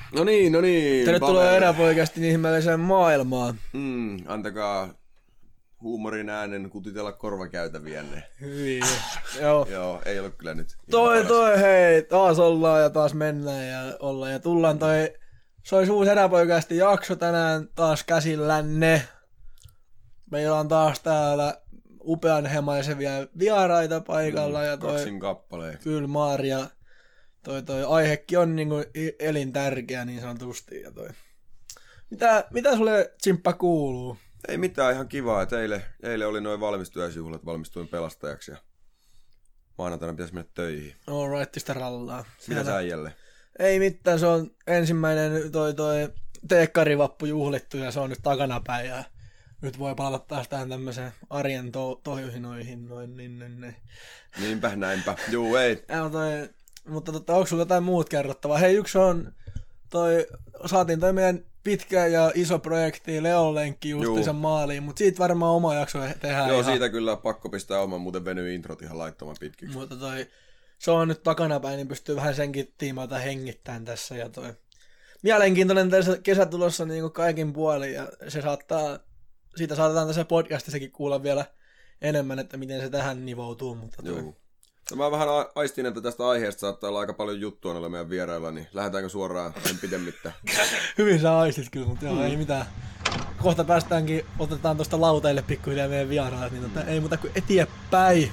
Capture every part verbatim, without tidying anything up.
No niin, no niin. Tervetuloa eräpoikasti ihmeelliseen maailmaan. Mm, antakaa huumorin äänen kutitella korvakäytäviänne. Hyvin. Joo. Joo, ei ole kyllä nyt. Toi, toi, hei. Taas ollaan ja taas mennään ja ollaan ja tullaan toi. Se olisi uusi eräpoikasti jakso tänään taas käsillänne. Meillä on taas täällä upean hemaisevia vieraita paikalla. Mm, ja toi, kaksin kappaleen. Kyllä, Maria. Toi, toi aihekin on niinku elintärkeä niin sanotusti. Ja toi. Mitä, mitä sulle, Tsimppa, kuuluu? Ei mitään, ihan kivaa. Et eilen, eilen oli noin valmistujaisjuhlat, valmistuin pelastajaksi ja maanantaina pitäisi mennä töihin. All right, sitä rallaa. Mitä sä äijälle? Ei mitään, se on ensimmäinen toi, toi teekkarivappu juhlittu ja se on nyt takanapäin ja nyt voi palata taas tähän tämmöiseen arjen to- tohjohinoihin noin niin, niin, niin. Niinpä, näinpä. Juu, ei. Ja, toi, mutta totta, onko sulla jotain muut kerrottavaa? Hei, yksi on toi, saatiin toi meidän pitkä ja iso projekti Leon lenkki justiinsa maaliin, mutta siitä varmaan oma jakso tehdään. Joo, ihan... siitä kyllä pakko pistää oman, muuten venyy introt ihan laittoman pitkiksi. Mutta toi, se on nyt takanapäin, niin pystyy vähän senkin tiimoilta hengittämään tässä. Ja toi. Mielenkiintoinen tässä kesä tulossa niin kuin kaikin puolin, ja se saattaa, siitä saatetaan tässä podcastissakin kuulla vielä enemmän, että miten se tähän nivoutuu. Mutta toi. Joo. No mä vähän aistin, että tästä aiheesta saattaa olla aika paljon juttua noilla meidän vierailla, niin lähdetäänkö suoraan sen pidemmittä? Hyvin sä aistit kyllä, mutta joo, mm. ei mitään. Kohta päästäänkin, otetaan tuosta lauteille pikkuhiljaa meidän vieraat, niin tota, ei muuta kuin eteenpäin.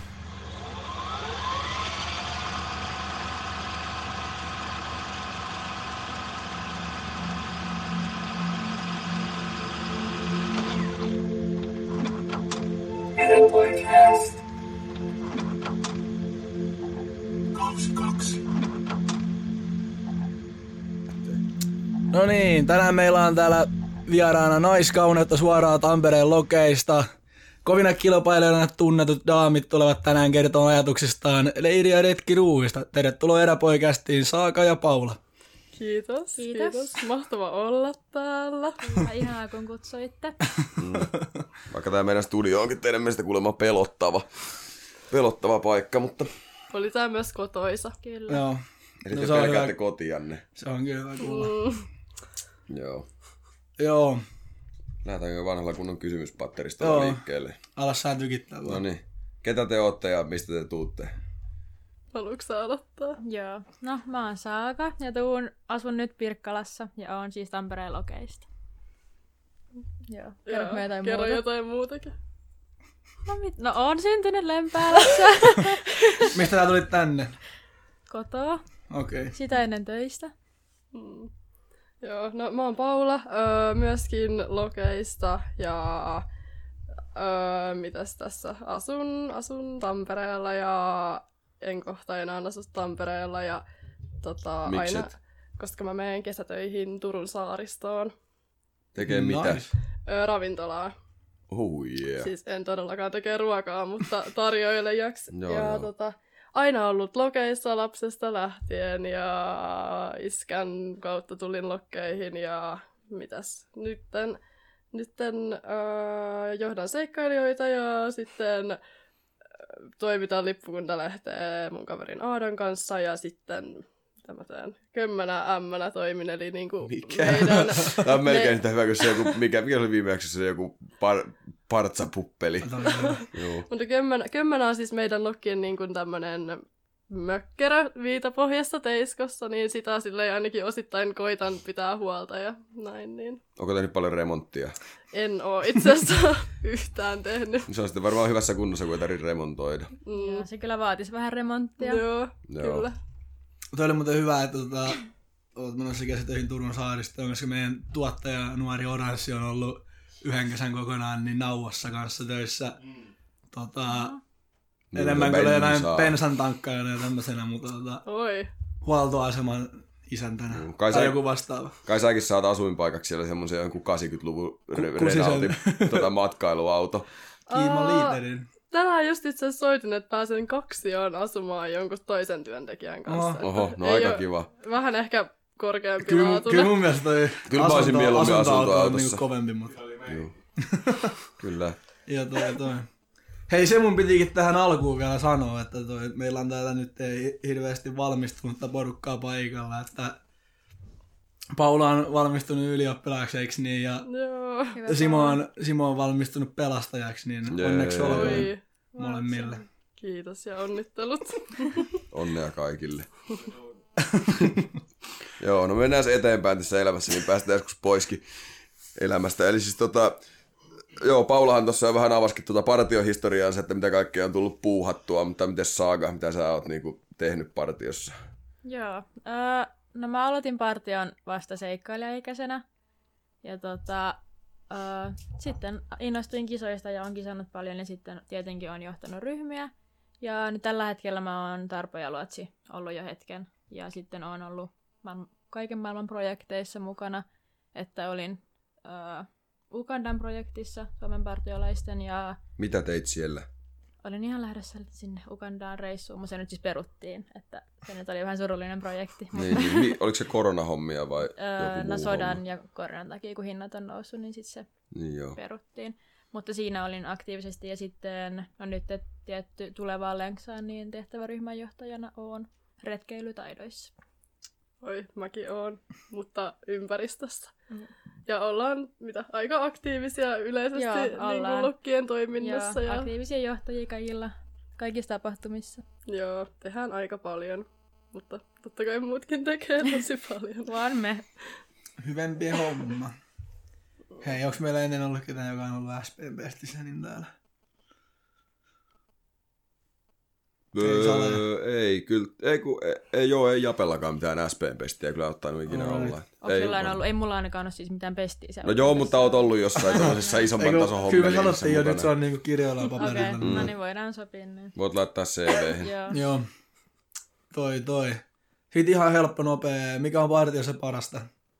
Podcast. Kaksi, kaksi. No niin, tänään meillä on täällä vieraana naiskauneutta suoraan Tampereen lokeista. Kovina kilpailijoina tunnetut daamit tulevat tänään kertomaan ajatuksistaan leiri- ja retkiruuista. Tervetuloa eräpoikastiin Saaka ja Paula. Kiitos, Kiitos. kiitos. Mahtava olla täällä. Ihanaa, kun kutsuitte. Mm. Vaikka tää meidän studio onkin teidän mielestä kuulemma pelottava, pelottava paikka, mutta... Oli tää myös kotoisa. Kyllä. Joo. Eli No, te se on pelkäätte hyvä. kotianne. Se on kyllä hyvä kuulla. Mm. Joo. Joo. Lähdetäänkö vanhalla kunnon kysymyspatterista Joo. liikkeelle? Alas sä tykittää No vaan. niin. Ketä te ootte ja mistä te tuutte? Haluatko sä aloittaa? Joo. No, mä oon Saaka ja tuun, asun nyt Pirkkalassa ja oon siis Tampereen lokeista. Joo. Kerro me jotain kerro muuta. jotain muutakin. No, mit... no oon syntynyt Lempäälässä. Mistä sä tulit tänne? Kotoa. Okei. Okay. Sitä ennen töistä. Mm. Joo, no mä oon Paula, öö, myöskin lokeista ja öö, mitäs tässä, asun, asun Tampereella ja en kohta enää asu Tampereella ja tota, Mikset? aina, koska mä menen kesätöihin Turun saaristoon, Tekee mitä? Nice. öö, ravintolaan. Oh yeah. Siis en todellakaan tekee ruokaa, mutta tarjoilijaksi. Joo, ja joo. tota, aina ollut lokeissa lapsesta lähtien ja iskän kautta tulin lokkeihin ja mitäs nytten, nytten öö, johdan seikkailijoita ja sitten öö, toimitan lippukuntalehteä mun kaverin Aadan kanssa ja sitten mitä mä teen, kömmänä ämmänä toimin, eli niinku Mikä? meidän... Tämä on melkein me- yhtä hyvä kuin se joku, mikä, mikä oli viime jaksossa se joku par, partsapuppeli. Joo. Mutta kömmänä, kömmänä on siis meidän lokkien niin kuin tämmönen mökkerö viitapohjassa teiskossa, niin sitä silleen ainakin osittain koitan pitää huolta ja näin, niin Onko tehnyt paljon remonttia? en oo itse asiassa yhtään tehnyt. Se on sitten varmaan hyvässä kunnossa, kun ei tarvitse remontoida. Mm. Joo, se kyllä vaatisi vähän remonttia. Joo, Joo. kyllä. Toi oli muuten hyvä, että tota, olet menossa kesätöihin Turun saaristoon, koska meidän tuottaja nuori Oranssi on ollut yhden kesän kokonaan niin nauhassa kanssa töissä. Tota, Niin, enemmän mutta kuin näin bensaa. bensan tankkaajana ja tämmöisenä, mutta tota, Oi. huoltoaseman isäntänä Mm, kai tai sä- joku vastaava. Kai säkin saat asuinpaikaksi siellä semmoisen jonkun kahdeksankymmentäluvun re- Ku- kusisen. Renaultin tota, matkailuauto. Kiima Aa, liiterin. Tänään just itse asiassa soitin, että pääsen kaksioon asumaan jonkun toisen työntekijän kanssa. Oho. että Oho, no ei aika oo- kiva. Vähän ehkä korkeampi Kyllä, laatuinen. kyllä mun mielestä toi Kyllä mä olisin mieluummin asuntoauto on asuntoautossa. niinku kovempi, mutta... Joo. Kyllä. Ja toi, toi. Hei, se mun pitikin tähän alkuun vielä sanoa, että toi, meillä on täällä nyt ei hirveästi valmistunutta porukkaa paikalla, että Paula on valmistunut ylioppilaaksi, eikö niin? Ja Joo. Hyvä Simo Paula. on, Simo on valmistunut pelastajaksi, niin Jee. onneksi olkoon Oi. molemmille. Kiitos ja onnittelut. Onnea kaikille. Joo, no mennään eteenpäin tässä elämässä, niin päästään joskus poiskin elämästä. Eli siis tota, joo, Paulahan tuossa vähän avasikin tuota partiohistoriaansa, että mitä kaikkea on tullut puuhattua, mutta miten Saaga, mitä sä oot niinku tehnyt partiossa? Joo. Öö, no mä aloitin partion vasta seikkailijaikäisenä. Ja tota, öö, sitten innostuin kisoista ja on kisannut paljon ja sitten tietenkin on johtanut ryhmiä. Ja nyt tällä hetkellä mä oon Tarpo ja Luotsi ollut jo hetken. Ja sitten oon ollut maailman, kaiken maailman projekteissa mukana. Että olin öö, Ugandan projektissa Suomen partiolaisten ja Mitä teit siellä? olin ihan lähdössä sinne Ugandaan reissuun, mutta se nyt siis peruttiin, että se nyt oli vähän surullinen projekti. Niin, niin, mi- oliko se koronahommia vai Öö, joku no muu sodan homma? ja koronan takia, kun hinnat on noussut, niin sitten se Niin joo. peruttiin. Mutta siinä olin aktiivisesti ja sitten no nyt tietty tulevaan Lenksaan niin tehtäväryhmänjohtajana oon retkeilytaidoissa. Oi, mäkin oon, mutta ympäristössä. Mm. Ja ollaan mitä, aika aktiivisia yleisesti Joo, niin ollaan. lukkien toiminnassa. Joo, Ja, aktiivisia johtajia kaikilla, kaikissa tapahtumissa. joo, tehdään aika paljon. Mutta totta kai muutkin tekee tosi paljon. Vaan me. Hyvempi homma. Hei, onko meillä ennen ollut ketään, joka on ollut S P Pestissä niin täällä? Ei sale. Öö, ei, kyllä, ei, kun, ei, ei joo, ei Japellakaan mitään S P-pestiä kyllä ottanut ikinä Alright. olla. Onko Ei, jollain vaan- ollut? Ei mulla ainakaan ole siis mitään pestiä siellä. No joo, mutta oot ollut jossain tällaisessa isomman Eikö- tason Kyllä me hommeliin sanottiin jo, mukana. nyt se on niinku kirjoilla paperilla. Okei, Okay. okay. No niin voidaan sopia niin. Voit laittaa C V:hin. Joo. Joo. Toi, toi. Sitten ihan helppo, nopea. Mikä on partiossa parasta?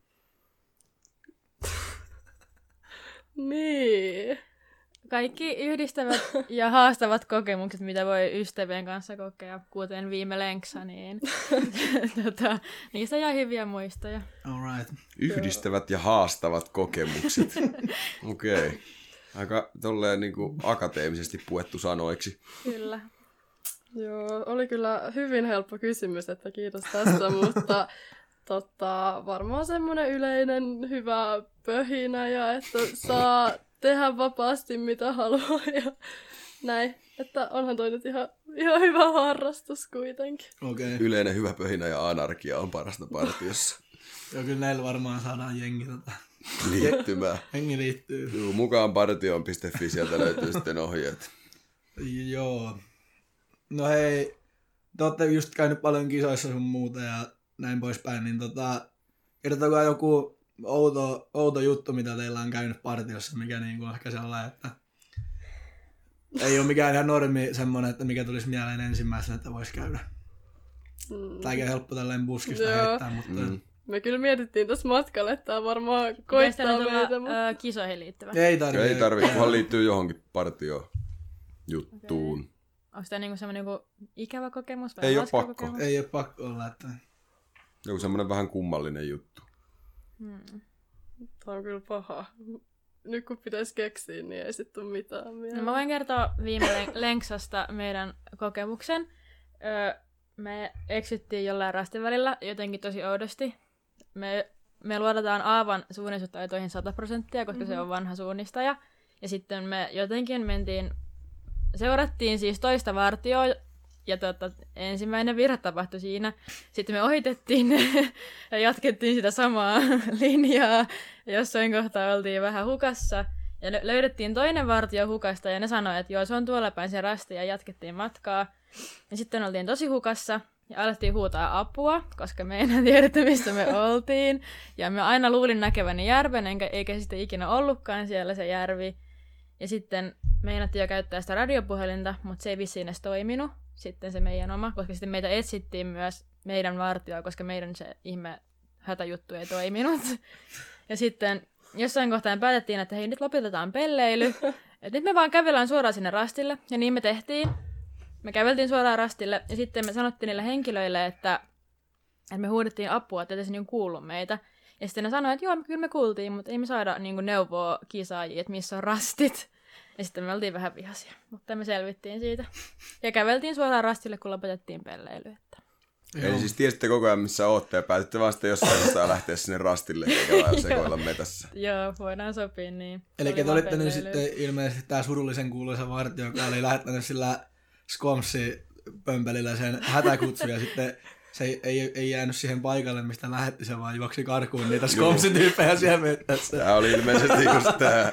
Niin. Kaikki yhdistävät ja haastavat kokemukset, mitä voi ystävien kanssa kokea, kuten viime Lenksa, niin tota, niistä jää hyviä muistoja. Alright. Yhdistävät ja haastavat kokemukset. Okei. Okay. Aika tolleen niinku akateemisesti puettu sanoiksi. Kyllä. Joo, oli kyllä hyvin helppo kysymys, että kiitos tästä, mutta totta, varmaan semmoinen yleinen hyvä pöhinä ja että saa tehdä vapaasti mitä haluaa ja näin. Että onhan toi nyt ihan, ihan hyvä harrastus kuitenkin. Okei. Okay. Yleinen hyvä pöhinä ja anarkia on parasta partiossa. Joo, kyllä näillä varmaan saadaan jengi tota. Liittymään. Jengi liittyy. Juu, mukaan partioon piste fi, sieltä löytyy sitten ohjeet. Joo. No hei, te ootte just käynyt paljon kisoissa sun muuta ja näin poispäin, niin tota, kertokaa joku outo, outo juttu, mitä teillä on käynyt partiossa, mikä niinku ehkä sellainen, että ei ole mikään ihan normi semmoinen, että mikä tulisi mieleen ensimmäisenä, että voisi käydä. Mm. Tai aika helppo tälleen buskista Joo. heittää, mutta Mm. Me kyllä mietittiin tässä matkalla, että tämä varmaan Pitäisi koittaa teillä meitä. tulla Mutta... ö, kisoihin liittyvä. ei tarvitse. Ei tarvitse, kunhan liittyy johonkin partio juttuun. Okay. Onko tämä niinku semmoinen niinku ikävä kokemus vai Ei oo hauska pakko. kokemus? Ei ole pakko olla, että Joku semmoinen vähän kummallinen juttu. Hmm. Tämä on kyllä paha. Nyt kun pitäisi keksiä, niin ei sitten tule mitään No, mieleen. mä voin kertoa viime len- Lenksasta meidän kokemuksen. Öö, me eksyttiin jollain rastin välillä jotenkin tosi oudosti. Me, me luotetaan Aavan suunnistustaitoihin sata prosenttia, koska mm-hmm. se on vanha suunnistaja. Ja sitten me jotenkin mentiin, seurattiin siis toista vartioa, ja tota, ensimmäinen virhe tapahtui siinä. Sitten me ohitettiin ne ja jatkettiin sitä samaa linjaa. Ja jossain kohtaa oltiin vähän hukassa. Ja lö- löydettiin toinen vartio hukasta ja ne sanoi, että joo, se on tuolla päin se rasti ja jatkettiin matkaa. Ja sitten oltiin tosi hukassa ja alettiin huutaa apua, koska me ei enää tiedetty, missä me oltiin. Ja me aina luulin näkeväni järven, enkä, eikä sitten ikinä ollutkaan siellä se järvi. Ja sitten meinattiin jo käyttää sitä radiopuhelinta, mutta se ei vissiin edes toiminut. Sitten se meidän oma, koska sitten meitä etsittiin myös meidän vartioa, koska meidän se ihme hätäjuttu ei toiminut. Ja sitten jossain kohtaan päätettiin, että hei, nyt lopetetaan pelleily. Että nyt me vaan kävellään suoraan sinne rastille. Ja niin me tehtiin. Me käveltiin suoraan rastille ja sitten me sanottiin niille henkilöille, että, että me huudettiin apua, että ei se niin kuullut meitä. Ja sitten ne sanoivat, että joo, kyllä me kuultiin, mutta ei me saada niin kuin neuvoa kisaajia, että missä on rastit. Ja sitten me oltiin vähän vihaisia, mutta me selvittiin siitä. Ja käveltiin suoraan rastille, kun lopetettiin pelleily. Että... Eli siis tiesitte koko ajan, missä ootte ja päätitte vasta jossain kohtaa lähteä sinne rastille eikä lailla sekoilla metässä. Joo, voidaan sopia niin. Eli Oli te olitte vaan nyt pelleilyä. sitten ilmeisesti tää surullisen kuuluisa vartio, joka oli lähettänyt sillä Skomsi-pömpelillä sen hätäkutsun ja sitten se ei, ei, ei jäänyt siihen paikalle, mistä lähetti se, vaan juoksi karkuun niitä Skomsi-tyyppejä siellä mettässä. Tää oli ilmeisesti just tää.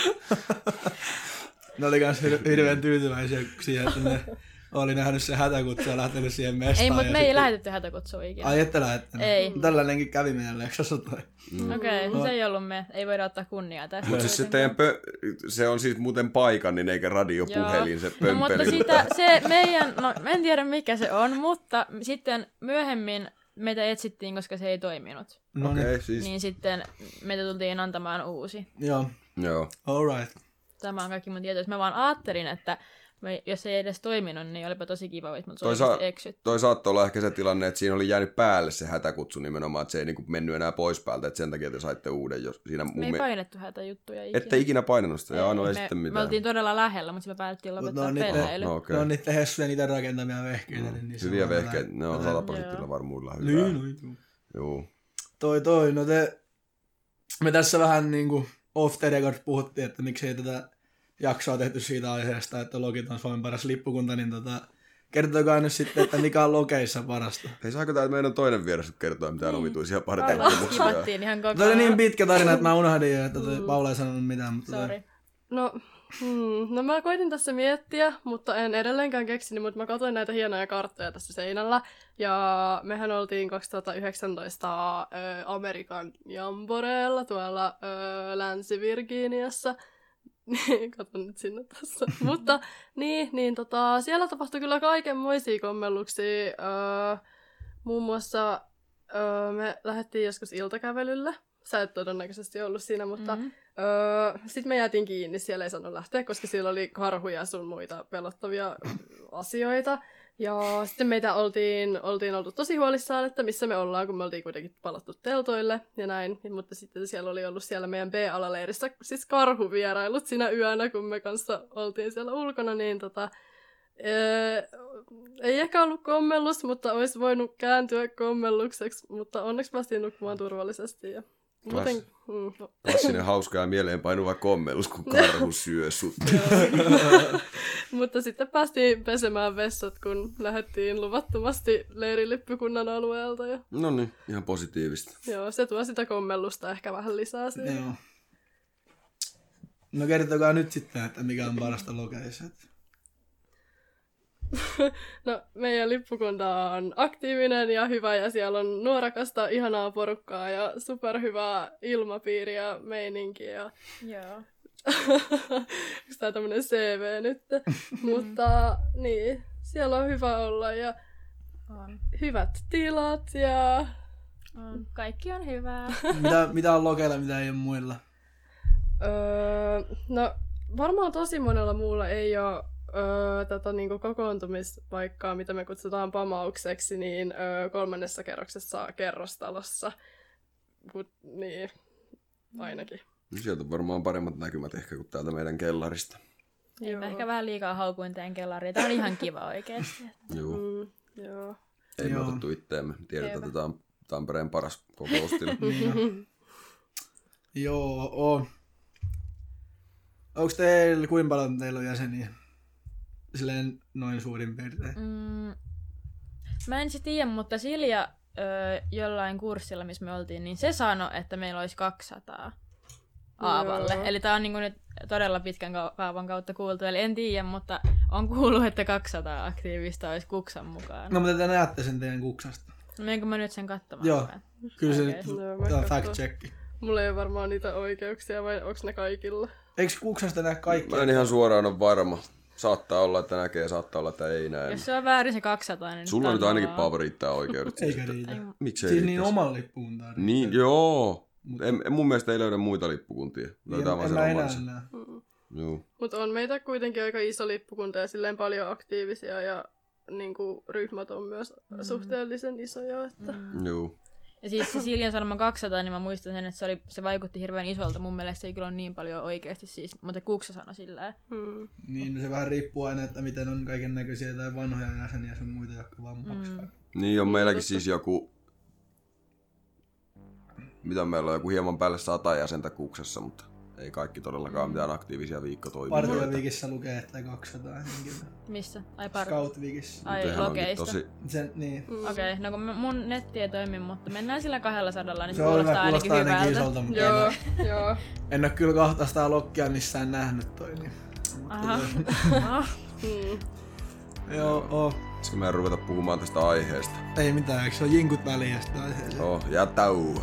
Ne oli kans hir- hirveän tyytyväisiä siihen, että ne oli nähnyt sen hätäkutsun ja lähtenyt siihen mestaan. Ei, mutta ja me ei sitten... lähetetty hätäkutsua ikinä. Ai ette lähettänyt? Ei. Tällainenkin kävi meidän leksossa toi. Mm. Okei, okay, se ei ollut me. Ei voida ottaa kunniaa tästä. Mutta siis se teidän pö- se on siis muuten paikallinen eikä radiopuhelin, se No, mutta pömpeli. sitä, se meidän, no en tiedä mikä se on, mutta sitten myöhemmin meitä etsittiin, koska se ei toiminut. No Okei, niin. okay, siis. Niin sitten meitä tultiin antamaan uusi. Joo, Joo. alright. Tämä on kaikki mun tieto. Mä vaan ajattelin, että me, jos ei edes toiminut, niin olipa tosi kiva, että mut Toi, oikeasti sa- eksyt. toi saattoi olla ehkä se tilanne, että siinä oli jäänyt päälle se hätäkutsu nimenomaan, että se ei niinku mennyt enää pois päältä, että sen takia te saitte uuden. Jos siinä mun Me ei mie- painettu hätäjuttuja ikinä. Ette ikinä painanut sitä, ja no ei me, sitten me mitään. oltiin todella lähellä, mutta me päätettiin Mut lopettaa no niitä- pelleily. No, Ne okei. on niiden hessujen niitä rakentamia vehkeitä. Niin niissä Hyviä on vehkeitä, vähän- ne on vähän- sata prosentilla Joo. varmuudella hyvää. Niin, no, joo. Joo. Toi toi, no te... Me tässä vähän niinku off the record puhuttiin, että miksei tätä jaksoa tehty siitä aiheesta, että Lokit on Suomen paras lippukunta, niin tota... Kertokaa nyt sitten, että mikä on Lokeissa parasta. Hei, saako tää meidän toinen vieras nyt kertoa mitään Niin. omituisia Ollaan pariteettimuksia? skipattiin ihan koko Toi oli niin ajan. pitkä tarina, että mä unohdin jo, että toi Paula ei sanonut mitään. Mutta toi- Sorry. No, hmm, no mä koitin tässä miettiä, mutta en edelleenkään keksinyt, mutta mä katsoin näitä hienoja karttoja tässä seinällä. Ja mehän oltiin kaksituhattayhdeksäntoista ö, Amerikan Jamboreella tuolla ö, Länsi-Virginiassa. Katon nyt sinne tässä. Mutta niin, niin tota, siellä tapahtui kyllä kaikenmoisia kommelluksia. Ö, muun muassa ö, me lähdettiin joskus iltakävelylle. Sä et todennäköisesti ollut siinä, mutta Mhm. öö, sitten me jäätiin kiinni, siellä ei saanut lähteä, koska siellä oli karhuja sun muita pelottavia asioita. Ja sitten meitä oltiin, oltiin oltu tosi huolissaan, että missä me ollaan, kun me oltiin kuitenkin palattu teltoille ja näin. Mutta sitten siellä oli ollut siellä meidän B-alaleirissä siis karhuvierailut siinä yönä, kun me kanssa oltiin siellä ulkona, niin tota... Öö, ei ehkä ollut kommellus, mutta olisi voinut kääntyä kommellukseksi, mutta onneksi päästiin nukkumaan turvallisesti. Ja muuten, mm, no. Klassinen hauska ja mieleenpainuva kommellus, kun karhu syö sut. Mutta sitten päästiin pesemään vessat, kun lähdettiin luvattomasti leirilippukunnan alueelta. Ja, No niin, ihan positiivista. joo, se tuo sitä kommellusta ehkä vähän lisää siihen. Joo. No kertokaa nyt sitten, että mikä on parasta Lokeissa. No, meidän lippukunta on aktiivinen ja hyvä ja siellä on nuorakasta, ihanaa porukkaa ja superhyvää ilmapiiriä ja meininkiä. Ja... Joo. Onko tää tämmönen C V nyt? Mutta niin, siellä on hyvä olla ja On. hyvät tilat ja... On. Kaikki on hyvää. Mitä, mitä on Lokeilla, mitä ei ole muilla? Öö, no, varmaan tosi monella muulla ei ole öö, tätä niinku kokoontumispaikkaa, mitä me kutsutaan pamaukseksi, niin öö, kolmannessa kerroksessa kerrostalossa. Kut, niin, ainakin. No sieltä on varmaan paremmat näkymät ehkä kuin täältä meidän kellarista. Ei, Joo. mä ehkä vähän liikaa haukuin teidän kellariin. Tää on ihan kiva oikeesti. Joo. Mm, joo. Ei me Joo. otettu itteemme. Tiedetään, Eipä. että tämä on Tampereen paras kokoustila. Niin. Joo, on. Onko teillä, kuinka paljon teillä on jäseniä? Silleen noin suurin piirtein. Mm, mä en sit tiedä, mutta Silja ö, jollain kurssilla, missä me oltiin, niin se sanoi, että meillä olisi kaksisataa Aavalle. Joo. Eli tää on niinku nyt todella pitkän ka- kaavan kautta kuultu. Eli en tiedä, mutta on kuullut, että kaksisataa aktiivista olisi Kuksan mukaan. No mutta te näette sen teidän kuksasta. No menenkö mä nyt sen katsomaan? Joo. Kyllä se Okei. nyt Joo, mä tämä on katson. fact check. Mulla ei ole varmaan niitä oikeuksia, vai onko ne kaikilla? Eikö kuksasta näe kaikki? Mä en ihan suoraan ole varma. Saattaa olla, että näkee, saattaa olla, että ei näe. Jos se on väärin se kaksisataa, niin Sulla nyt nyt ainakin, on- Paavo, riittää oikeudet. Eikä Siis, riitä. Ei, miksei Siis niin riittäisi? oman lippukuntaan. Niin, joo. En, mun mielestä ei löydä muita lippukuntia. Löytää en, vaan en sen mä enää omansa. näe. Joo. Mutta on meitä kuitenkin aika iso lippukunta ja silleen paljon aktiivisia ja niinku, ryhmät on myös mm. suhteellisen isoja. Että... Mm. Joo. Ja siis se Siljan sanoma kaksisataa, niin mä muistan sen, että se, oli, se vaikutti hirveän isolta. Mun mielestä se ei kyllä ole niin paljon oikeasti siis, mutta Kuksa sanoi sillä Mm. Niin, no se vähän riippuu aina, että miten on kaiken näköisiä tai vanhoja jäseniä sun muita, jotka vaan maksaa. Niin on meilläkin siis joku, mitä meillä on, joku hieman päälle sata jäsentä kuksessa, mutta ei kaikki todellakaan mitään aktiivisia viikkotoimijoita. Partiovikissä lukee, että kaksisataa henkilöä. Missä? Ai par... Scout-vikissä. Ai Tehän onkin lokeista. tosi... Sen, niin. Mm. Okei, okay, no kun mun netti ei toimi, mutta mennään sillä kahdella sadalla, niin se, Se on hyvä, kuulostaa ainakin kuulostaa ainakin hyvältä. isolta, mutta Joo, en, joo. en ole kyllä kahtaista lokkia missään nähnyt toi. Niin. Aha. Ah. Mm. Joo, oo. Pitäisikö meidän ruveta puhumaan tästä aiheesta? Ei mitään, eikö se ole jinkut väliin sitä aiheeseen? Oh, ja tau.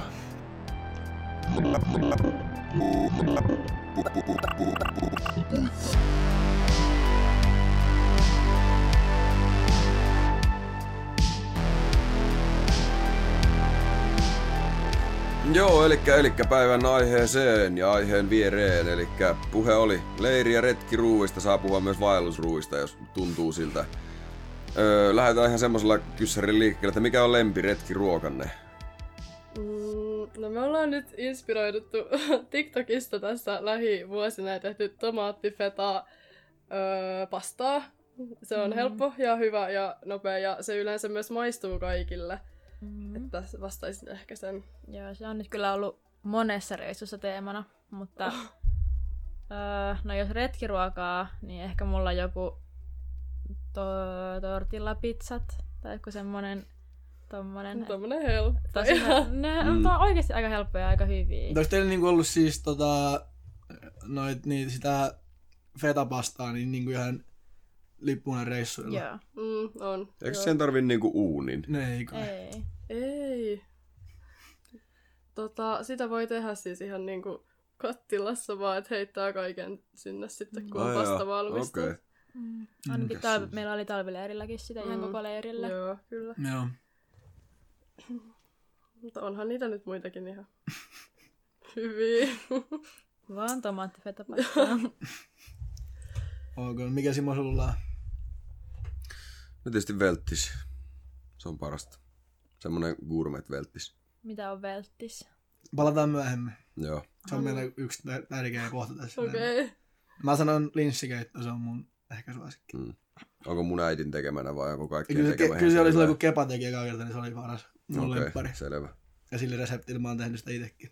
Joo, elikkä, elikkä päivän aiheeseen ja aiheen viereen, elikkä puhe oli leiri- ja retkiruuista, saa puhua myös vaellusruuista, jos tuntuu siltä. Öö, lähdetään ihan semmosella kyssärin liikkeelle, että mikä on lempiretkiruokanne? Mm, no me ollaan nyt inspiroiduttu TikTokista tässä lähivuosina ja tehty tomaattifeta öö, pastaa. Se on mm. helppo ja hyvä ja nopea ja se yleensä myös maistuu kaikille. Mm. Että vastaisin ehkä sen. Joo, se on nyt kyllä ollut monessa reissussa teemana, mutta oh. öö, no jos retkiruokaa, niin ehkä mulla on joku to- tortillapizzat tai joku semmonen tommonen. Tommonen helppo. Tosi, ne mm. on oikeesti aika helppoja ja aika hyviä. Onko teillä niinku ollut siis tota, noit, niin sitä fetapastaa niin niinku ihan lippunen reissuilla? Joo. Mm, on. Eikö joo. sen tarvi niinku uunin? Ne ei kai. Ei. Ei. Tota, sitä voi tehdä siis ihan niinku kattilassa vaan, että heittää kaiken sinne sitten, kun on Ai pasta jaa, valmistunut. okei. Mm. Ainakin talvi, meillä oli talvileirilläkin sitä mm. ihan koko leirillä. Joo, kyllä. Joo. Mutta onhan niitä nyt muitakin ihan hyviä. Vaan tomaattifetapastaa. Ok, mikä Simo sulla on? No tietysti velttis. Se on parasta. Semmonen gourmet-velttis. Mitä on velttis? Palataan myöhemmin. Joo. Se on meillä yksi tärkeä kohta tässä. Okei. Okay. Mä sanon linssikeitto, se on mun ehkä suosikki. Mm. Onko mun äitin tekemänä vai onko kaikkien Kyllä, tekemä? ke- kyllä se oli silloin, kun Kepa teki ekaa kertaa, niin se oli paras. Mun Okei, lemppari. selvä. Ja sillä reseptillä mä oon tehnyt sitä itekin.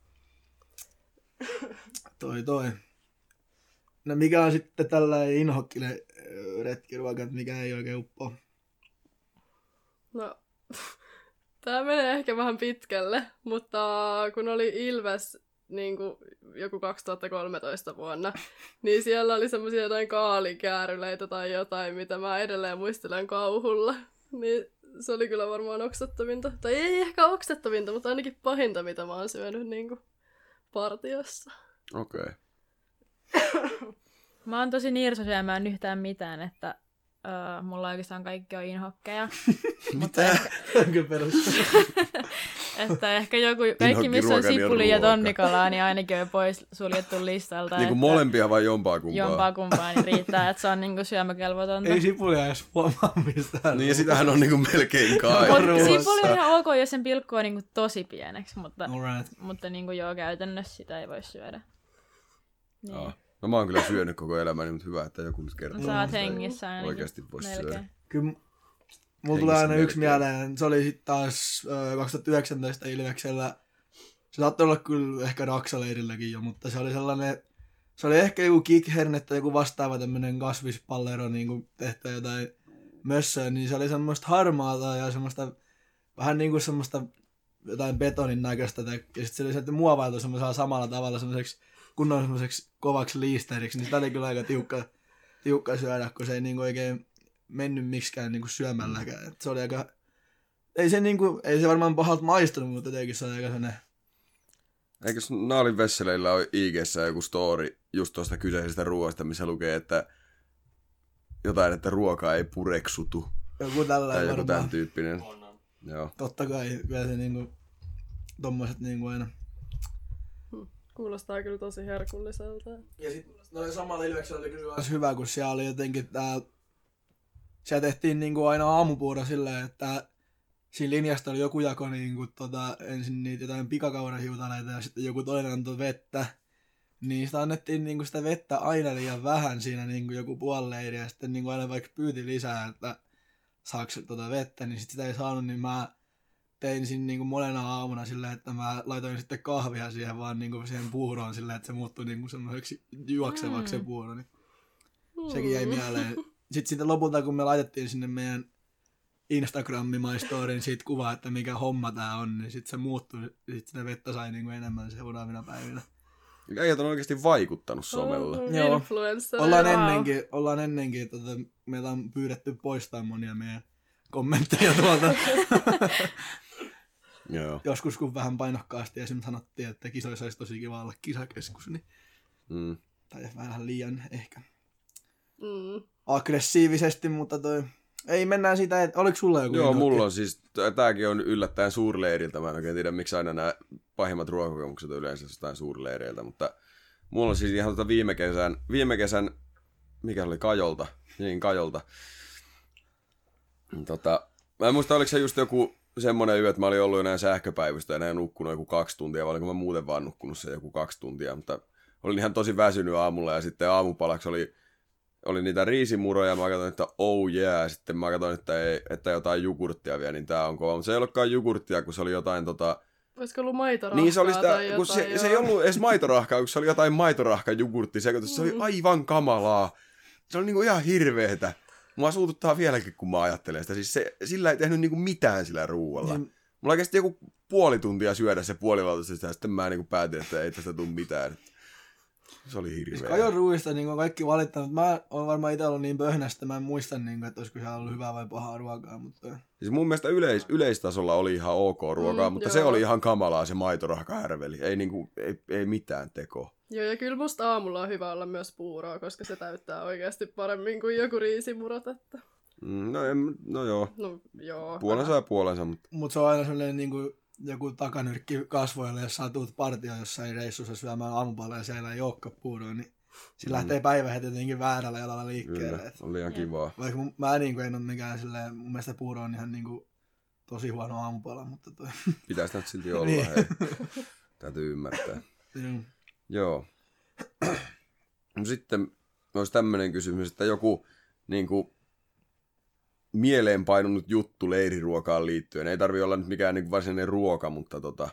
toi toi. No mikä on sitten tällainen inhokkinen retkiruoka, että mikä ei oikein uppoa? No, tää menee ehkä vähän pitkälle, mutta kun oli Ilves niin kuin joku kaksituhattakolmetoista vuonna, niin siellä oli semmosia jotain kaalikääryleitä tai jotain, mitä mä edelleen muistelen kauhulla. Niin se oli kyllä varmaan oksettavinta. Tai ei ehkä oksettavinta, mutta ainakin pahinta, mitä mä oon syönyt niin kuin partiossa. Okei. Okay. Mä oon tosi niirso syömään yhtään mitään, että uh, mulla oikeastaan kaikki on inhokkeja. Mitä? Kyllä perus. Että ehkä joku, kaikki missä on sipuli ja tonnikalaa, niin ainakin on pois suljettu listalta. Niinku molempia vai jompaa kumpaa? Jompaa kumpaa, niin riittää, että se on niinku syömäkelvotonta. Ei sipulia edes huomaa mistään. Niin ja sitähän on niinku melkein kai. Mut sipuli on ihan ok, jos sen pilkkoo niinku tosi pieneksi, mutta, Alright. mutta niinku joo, käytännössä sitä ei voi syödä. Niin. Aa. No mä oon kyllä syönyt koko elämäni, mutta hyvä, että joku nyt kertoo. No, sä oot hengissä ainakin. Oikeasti vois melkein. syödä. Kyllä mulla tulee aina yksi mieleen. Se oli sitten taas äh, kaksituhattayhdeksäntoista Ilveksellä. Se saattoi olla kyllä ehkä Raksaleirilläkin jo, mutta se oli sellainen... Se oli ehkä joku kikherne tai joku vastaava tämmönen kasvispallero niin tehty jotain mössöä, niin se oli semmoista harmaata ja semmoista vähän niinku semmoista jotain betonin näköistä. Ja sitten se oli sieltä muovailtu semmoisella samalla tavalla semmoiseksi kunnon semmoiseksi kovaksi liisteriksi, niin sitä oli kyllä aika tiukka, tiukka syödä, kun se ei niinku oikein mennyt miksikään niinku syömälläkään. Et se oli aika... Ei se, niinku, ei se varmaan pahalta maistunut, mutta jotenkin se oli aika sellainen... Eikös Naalin Vesseleillä ole I G:ssä joku story just tuosta kyseisestä ruoasta, missä lukee, että jotain, että ruoka ei pureksutu. Joku tällainen tai joku varmaan. tämän tyyppinen. Joo. Totta kai, kyllä se niinku... Tommoset niinku aina... Kuulostaa kyllä tosi herkulliselta. Ja sit noin samalla Ilveksellä oli kyllä myös hyvä, kun siellä oli jotenkin tää... Siellä tehtiin niinku aina aamupuuro silleen, että siinä linjasta oli joku jako niinku tota, ensin niitä jotain pikakaurahiutaleita ja sitten joku toinen antoi vettä. Niin sitä annettiin niinku sitä vettä aina liian vähän siinä niinku joku puoli leiriä ja sitten niinku aina vaikka pyyti lisää, että saako tota vettä, niin sit sitä ei saanut, niin mä tein siinä niinku monena aamuna silleen, että mä laitoin sitten kahvia siihen vaan niinku siihen puuroon silleen, että se muuttui niinku semmoiseksi juoksevaksi se puuro, niin sekin jäi mieleen. Sitten sitten lopulta, kun me laitettiin sinne meidän Instagramiin my storyin siitä kuvaa, että mikä homma tää on, niin sitten se muuttui, sit sitä vettä sai niinku enemmän seuraavina päivinä. Äijät on oikeasti vaikuttanut somella. Mm, Joo. influencer. Ollaan Wow. ennenkin, ollaan ennenkin tota, meillä on pyydetty poistaa monia meidän kommentteja tuolta. Joo. Joskus kun vähän painokkaasti esimerkiksi sanottiin, että kisoissa olisi tosi kiva olla kisakeskus, niin, Mm. tai vähän liian ehkä Mm. aggressiivisesti, mutta toi, ei mennään siitä, että oliko sulla joku? Joo, innoitti? mulla on siis, tääkin on yllättäen suurleiriltä, mä en oikein tiedä miksi aina nämä pahimmat ruokakokemukset on yleensä jostain suurleireiltä, mutta mulla on siis ihan tota viime kesän, viime kesän, mikä oli Kajolta, niin Kajolta. Tota, mä en muista, oliko se just joku semmoinen yö, että mä olin ollut jo näin sähköpäivystä ja näin nukkunut joku kaksi tuntia, vai olinko mä muuten vaan nukkunut se joku kaksi tuntia, mutta olin ihan tosi väsynyt aamulla ja sitten aamupalaksi oli Oli niitä riisimuroja, mä katsoin, että oh yeah, sitten mä katsoin, että, ei, että jotain jogurttia vielä, niin tää on kova. Mutta se ei ollutkaan jogurttia, kun se oli jotain tota... Olisiko ollut maitorahkaa Niin se oli sitä, tai kun jotain, se, se ei ollut edes maitorahkaa, kun se oli jotain maitorahka jogurttia. Se, se oli aivan kamalaa. Se oli niinku ihan hirveetä. Mua suututtaa vieläkin, kun mä ajattelen sitä. Siis se, sillä ei tehnyt niinku mitään sillä ruualla. Niin. Mulla kesti joku puoli tuntia syödä se puolilautaista, ja sitten mä niinku päätin, että ei tästä tule mitään. Se oli hirveä. Kajon ruuista niin on kaikki valittanut. Mä oon varmaan itse ollut niin pöhnästä, mä en muista, niin kuin, että olisiko se ollut hyvää vai pahaa ruokaa. Mutta... Siis mun mielestä yleis, yleistasolla oli ihan ok ruokaa, Mm, mutta joo. se oli ihan kamalaa se maitorahka härveli. Ei, niinku, ei, ei mitään tekoa. Joo, ja kyllä musta aamulla on hyvä olla myös puuroa, koska se täyttää oikeasti paremmin kuin joku riisimurot, että... Mm, No, en, no joo, No joo. puolensa ja puolensa, mutta Mutta se on aina sellainen niin kuin joku takanyrkki kasvoille, jos sä tuut partioon jossain reissussa syömään aamupalaa ja siellä ei olekaan puuroa, niin siinä lähtee päivä heti jotenkin väärällä jalalla liikkeelle. kyllä, Et oli ihan kivaa. vaikka mun, mä niin kuin en ole mikään silleen, mun mielestä puuro on ihan niin kuin tosi huono aamupala, mutta toi... Pitäisi nyt silti olla, Niin. hei. Täytyy ymmärtää. Joo. Joo. No sitten olisi tämmöinen kysymys, että joku niin kuin, mieleenpainunut juttu leiriruokaan liittyen. Ei tarvi olla nyt mikään niin kuin varsinainen ruoka, mutta tota,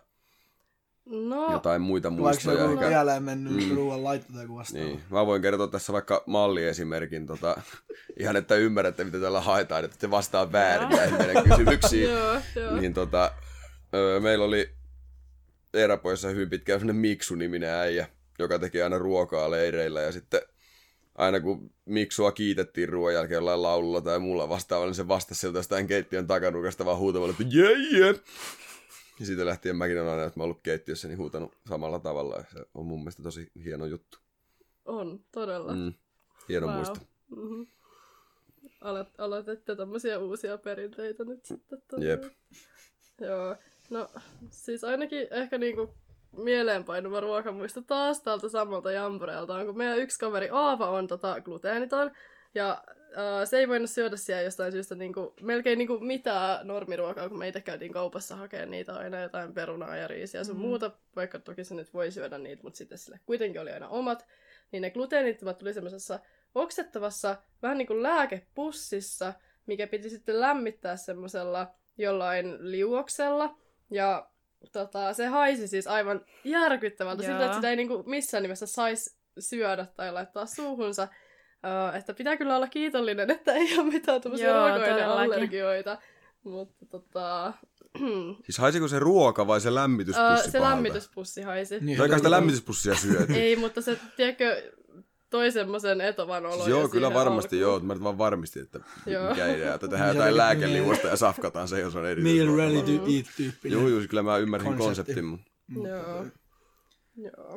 No, jotain muita Vaikka se muistoja. on Ehkä. mieleen mennyt Mm. mm. ruoan laitto tai vastaava. Niin. Mä voin kertoa tässä vaikka malliesimerkin, tota, ihan että ymmärrätte, mitä tällä haetaan, että te vastaa väärin näihin meidän kysymyksiin. joo, joo. Niin tota, öö, meillä oli Eerapoissa hyvin pitkään sellainen Miksu-niminen äijä, joka teki aina ruokaa leireillä ja sitten aina kun Miksua kiitettiin ruoan jälkeen jollain laululla tai muulla vastaavalla, niin se vastasi sieltä jostain keittiön takanurkasta vaan huutamalla, että jee yeah, jee! Yeah. Ja siitä lähtien mäkin olen aina, että mä oon ollut keittiössä, niin huutanut samalla tavalla. Ja se on mun mielestä tosi hieno juttu. On, todella. Mm, hieno Wow. muisto. Mm-hmm. Aloit, aloitette tommosia uusia perinteitä nyt sitten. Tota. Jep. Joo. No, siis ainakin ehkä niinku mieleenpainuva ruokamuisto taas täältä samalta jampureelta on, kun meidän yksi kaveri Aava on tota gluteeniton. Ja äh, se ei voinut syödä siellä jostain syystä niinku, melkein niinku mitään normiruokaa, kun me itse käytiin kaupassa hakemaan niitä aina jotain perunaa ja riisiä ja sun mm. muuta, vaikka toki se nyt voi syödä niitä, mutta sitten sille kuitenkin oli aina omat. Niin ne gluteenittomat tuli semmoisessa oksettavassa, vähän niin kuin lääkepussissa, mikä piti sitten lämmittää semmoisella jollain liuoksella. Ja tota, se haisi siis aivan järkyttävältä siltä, että sitä ei niinku missään nimessä saisi syödä tai laittaa suuhunsa. Uh, että pitää kyllä olla kiitollinen, että ei ole mitään tämmöisiä ruoka-aineallergioita. Mutta tota... Siis haisiko se ruoka vai se lämmityspussi uh, se pahalta? lämmityspussi haisi. Niin, Toikaan sitä lämmityspussia syöty. Ei, mutta se, tiedätkö, toi semmoisen etovan olon. Siis joo, jo kyllä siihen varmasti alkuun. joo. Mä nyt vaan varmistin, että Joo. mikä idea. Että tehdään Niin, jotain se- lääkeliuosta ja safkataan se, jos on eri. Meal ready to eat tyyppinen. Joo, joo, kyllä mä ymmärsin Konsepti. konseptin. Mutta... Mutta Joo. toi- Joo.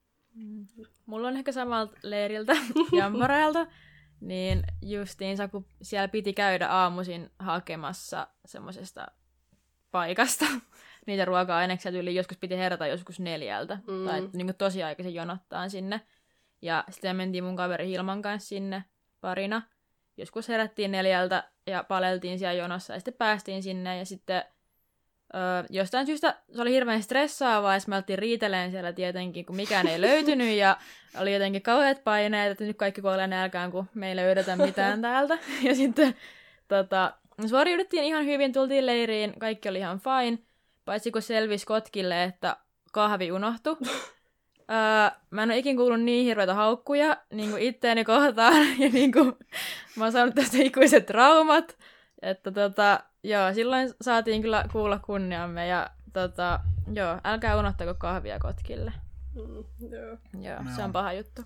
Mulla on ehkä samalta leiriltä, Jamboreelta, niin justiinsa, kun siellä piti käydä aamuisin hakemassa semmosesta paikasta niitä ruoka-aineksia tyyliin, joskus piti herätä joskus neljältä, Mm. tai niin kuin tosi aikaisin jonottaan sinne. Ja sitten mentiin mun kaveri Hilman kanssa sinne parina. Joskus herättiin neljältä ja paleltiin siellä jonossa ja sitten päästiin sinne ja sitten Öö, jostain syystä se oli hirveän stressaavaa, ja me oltiin riiteleen siellä tietenkin, kun mikään ei löytynyt, ja oli jotenkin kauheat paineet, että nyt kaikki kuolee nälkään, kun me ei löydetä mitään täältä. Ja sitten tota, suoriuduttiin ihan hyvin, tultiin leiriin, kaikki oli ihan fine, paitsi kun selvisi kotkille, että kahvi unohtui. Öö, mä en ole ikin kuullut niin hirveitä haukkuja niin kuin itteeni kohtaan, ja niin kuin, mä oon saanut tästä ikuiset traumat, että tota, joo, silloin saatiin kyllä kuulla kunniamme, ja tota, joo, älkää unohtako kahvia kotkille. Mm, joo. Joo, No. se on paha juttu.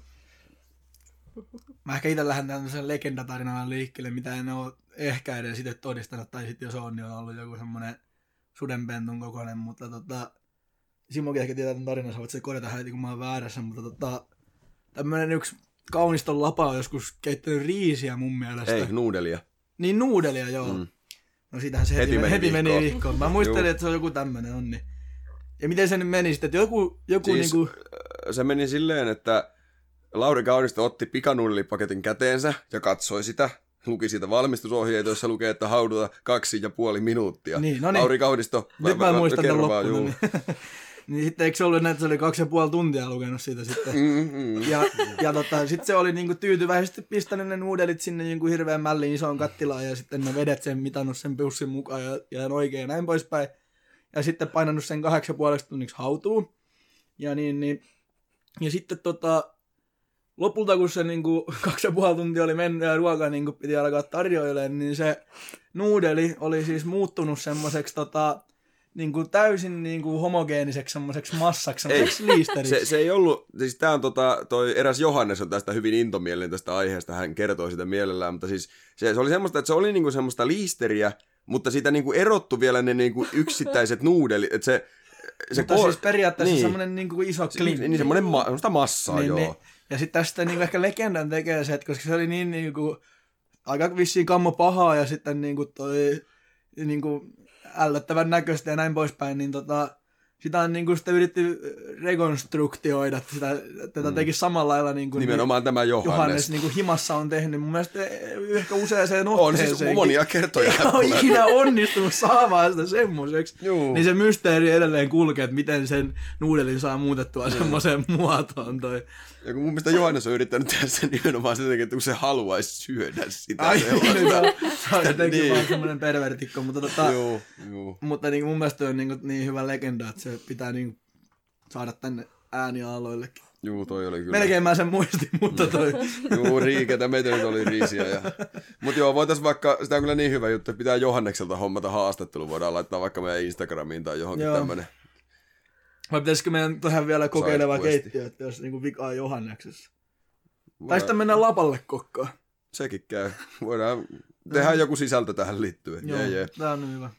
Mä ehkä itse lähden tämmöisen legendatarinan liikkeelle, mitä en ole ehkä edes itse todistanut, tai sitten jos on, niin on ollut joku semmoinen sudenpentun kokoinen, mutta tota, Simokin ehkä tietää tämän tarinan, sä voit se korjata heti, kun mä oon väärässä, mutta tota, tämmönen yksi kauniston lapa on joskus keittänyt riisiä mun mielestä. Ei, nuudelia. Niin nuudelia, joo. Mm. No siitähän se heti, Heti meni heti meni vihkoon. vihkoon. Mä muistelin, Juu. että se on joku tämmönen on. Niin. Ja miten se nyt meni sitten, että joku, joku Siis, niinku... se meni silleen, että Lauri Kaunisto otti pikanuudelipaketin käteensä ja katsoi sitä. Luki siitä valmistusohjeita, jossa lukee, että hauduta kaksi ja puoli minuuttia. Niin, no niin. Lauri Kaunisto. Nyt mä, mä muistan tämän kerro vaan, loppuun. juu. Niin. niin sitten eikö se ollut näin, että se oli kaksi ja puoli tuntia lukenut siitä sitten. Mm, mm. Ja, ja tota, sitten se oli niinku tyytyväisesti pistänyt ne nuudelit sinne niinku hirveän mälliin isoon kattilaan ja sitten ne vedet sen mitannut sen pussin mukaan ja, ja oikein näin poispäin. Ja sitten painanut sen kahdeksan puoleksi tunniksi hautuun. Ja niin, niin. Ja sitten tota, lopulta kun se niinku kaksi ja puoli tuntia oli mennyt ja ruokaa niinku piti alkaa tarjoilemaan, niin se nuudeli oli siis muuttunut semmoiseksi tota, niinku täysin niinku homogeeniseksi semmoiseksi massaksi, semmoiseksi liisteriksi. Se, se ei ollut, siis tää on tota, toi eräs Johannes on tästä hyvin intomielinen tästä aiheesta, hän kertoi sitä mielellään, mutta siis se, se oli semmoista, että se oli niinku semmoista liisteriä, mutta siitä niinku erottu vielä ne niinku yksittäiset nuudelit, että se... se Mutta ko- siis periaatteessa niin. semmoinen niinku iso klintti. Niin, niin semmoinen ma- semmoista massaa, Niin, joo. niin. Ja sitten tästä niinku ehkä legendan tekee se, että koska se oli niin niinku, aika vissiin kammo pahaa ja sitten niinku toi niinku ällöttävän näköistä ja näin poispäin, niin tota, sitä on niinku sitä yritti rekonstruktioida, sitä, tätä Mm. teki samalla lailla niinku Nimenomaan tämä Johannes. Johannes niinku himassa on tehnyt. Mun mielestä ehkä useaseen On otteeseen. siis monia kertoja. Ei ole ikinä onnistunut saamaan sitä semmoiseksi. Juu. Niin se mysteeri edelleen kulkee, että miten sen nuudelin saa muutettua semmoiseen muotoon toi. Ja kun mun mielestä Johannes on yrittänyt tehdä sen nimenomaan sen, että kun se haluaisi syödä sitä. Ai sellaista. niin, se on jotenkin Niin. vaan semmoinen pervertikko, mutta, tota, Joo, joo. mutta niin, mun mielestä on niin, niin hyvä legenda, että se pitää niin, saada tänne äänialoillekin. Juu, toi oli kyllä. Melkein mä sen muistin, mutta toi... Juu, riiketä, meitä nyt oli riisiä. Ja... Mutta joo, voitais vaikka, sitä on kyllä niin hyvä juttu, että pitää Johannekselta hommata haastattelu, voidaan laittaa vaikka meidän Instagramiin tai johonkin Joo. tämmönen. Vai pitäisikö meidän tähän vielä kokeileva Sidequesti. keittiö, että jos niinku vikaa Johanneksessa? Tai Voidaan- sitten mennään lapalle kokkaan. Sekin käy. Voidaan tehdä joku sisältö tähän liittyen. Joo, Jee, jee. tää on hyvä.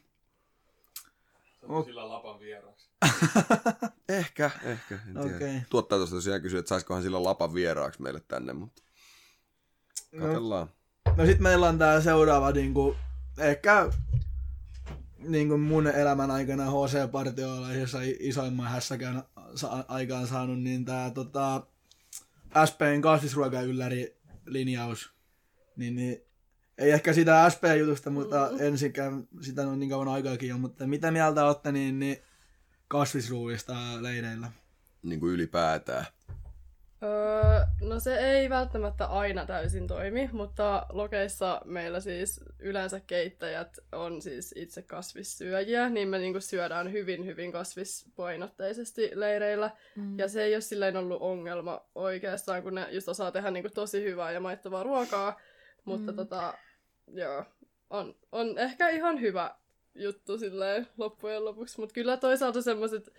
On sillä lapan vieraksi. Ehkä, ehkä, en tiedä. Okei. Tuottaja tuosta tosiaan kysyy, että saisikohan sillä lapan vieraaksi meille tänne, mutta katsellaan. No sit meillä on tää seuraava niinku, ehkä niinku mun elämän aikana H C-partioalaisessa isoimman hässäkään sa- aikaan saanut, niin tää tota S P:n kasvisruokaylläri linjaus. Niin, niin, ei ehkä sitä S P-jutusta, mutta ensinkään sitä on niin kauan aikaakin jo, mutta mitä mieltä olette niin, niin kasvisruuista leireillä? Niin kuin ylipäätään. Öö, no se ei välttämättä aina täysin toimi, mutta lokeissa meillä siis yleensä keittäjät on siis itse kasvissyöjiä, niin me niinku syödään hyvin hyvin kasvispainotteisesti leireillä. Mm. Ja se ei ole silleen ollut ongelma oikeastaan, kun ne just osaa tehdä niinku tosi hyvää ja maittavaa ruokaa, mutta mm. tota, joo, on, on ehkä ihan hyvä juttu silleen loppujen lopuksi, mutta kyllä toisaalta semmoiset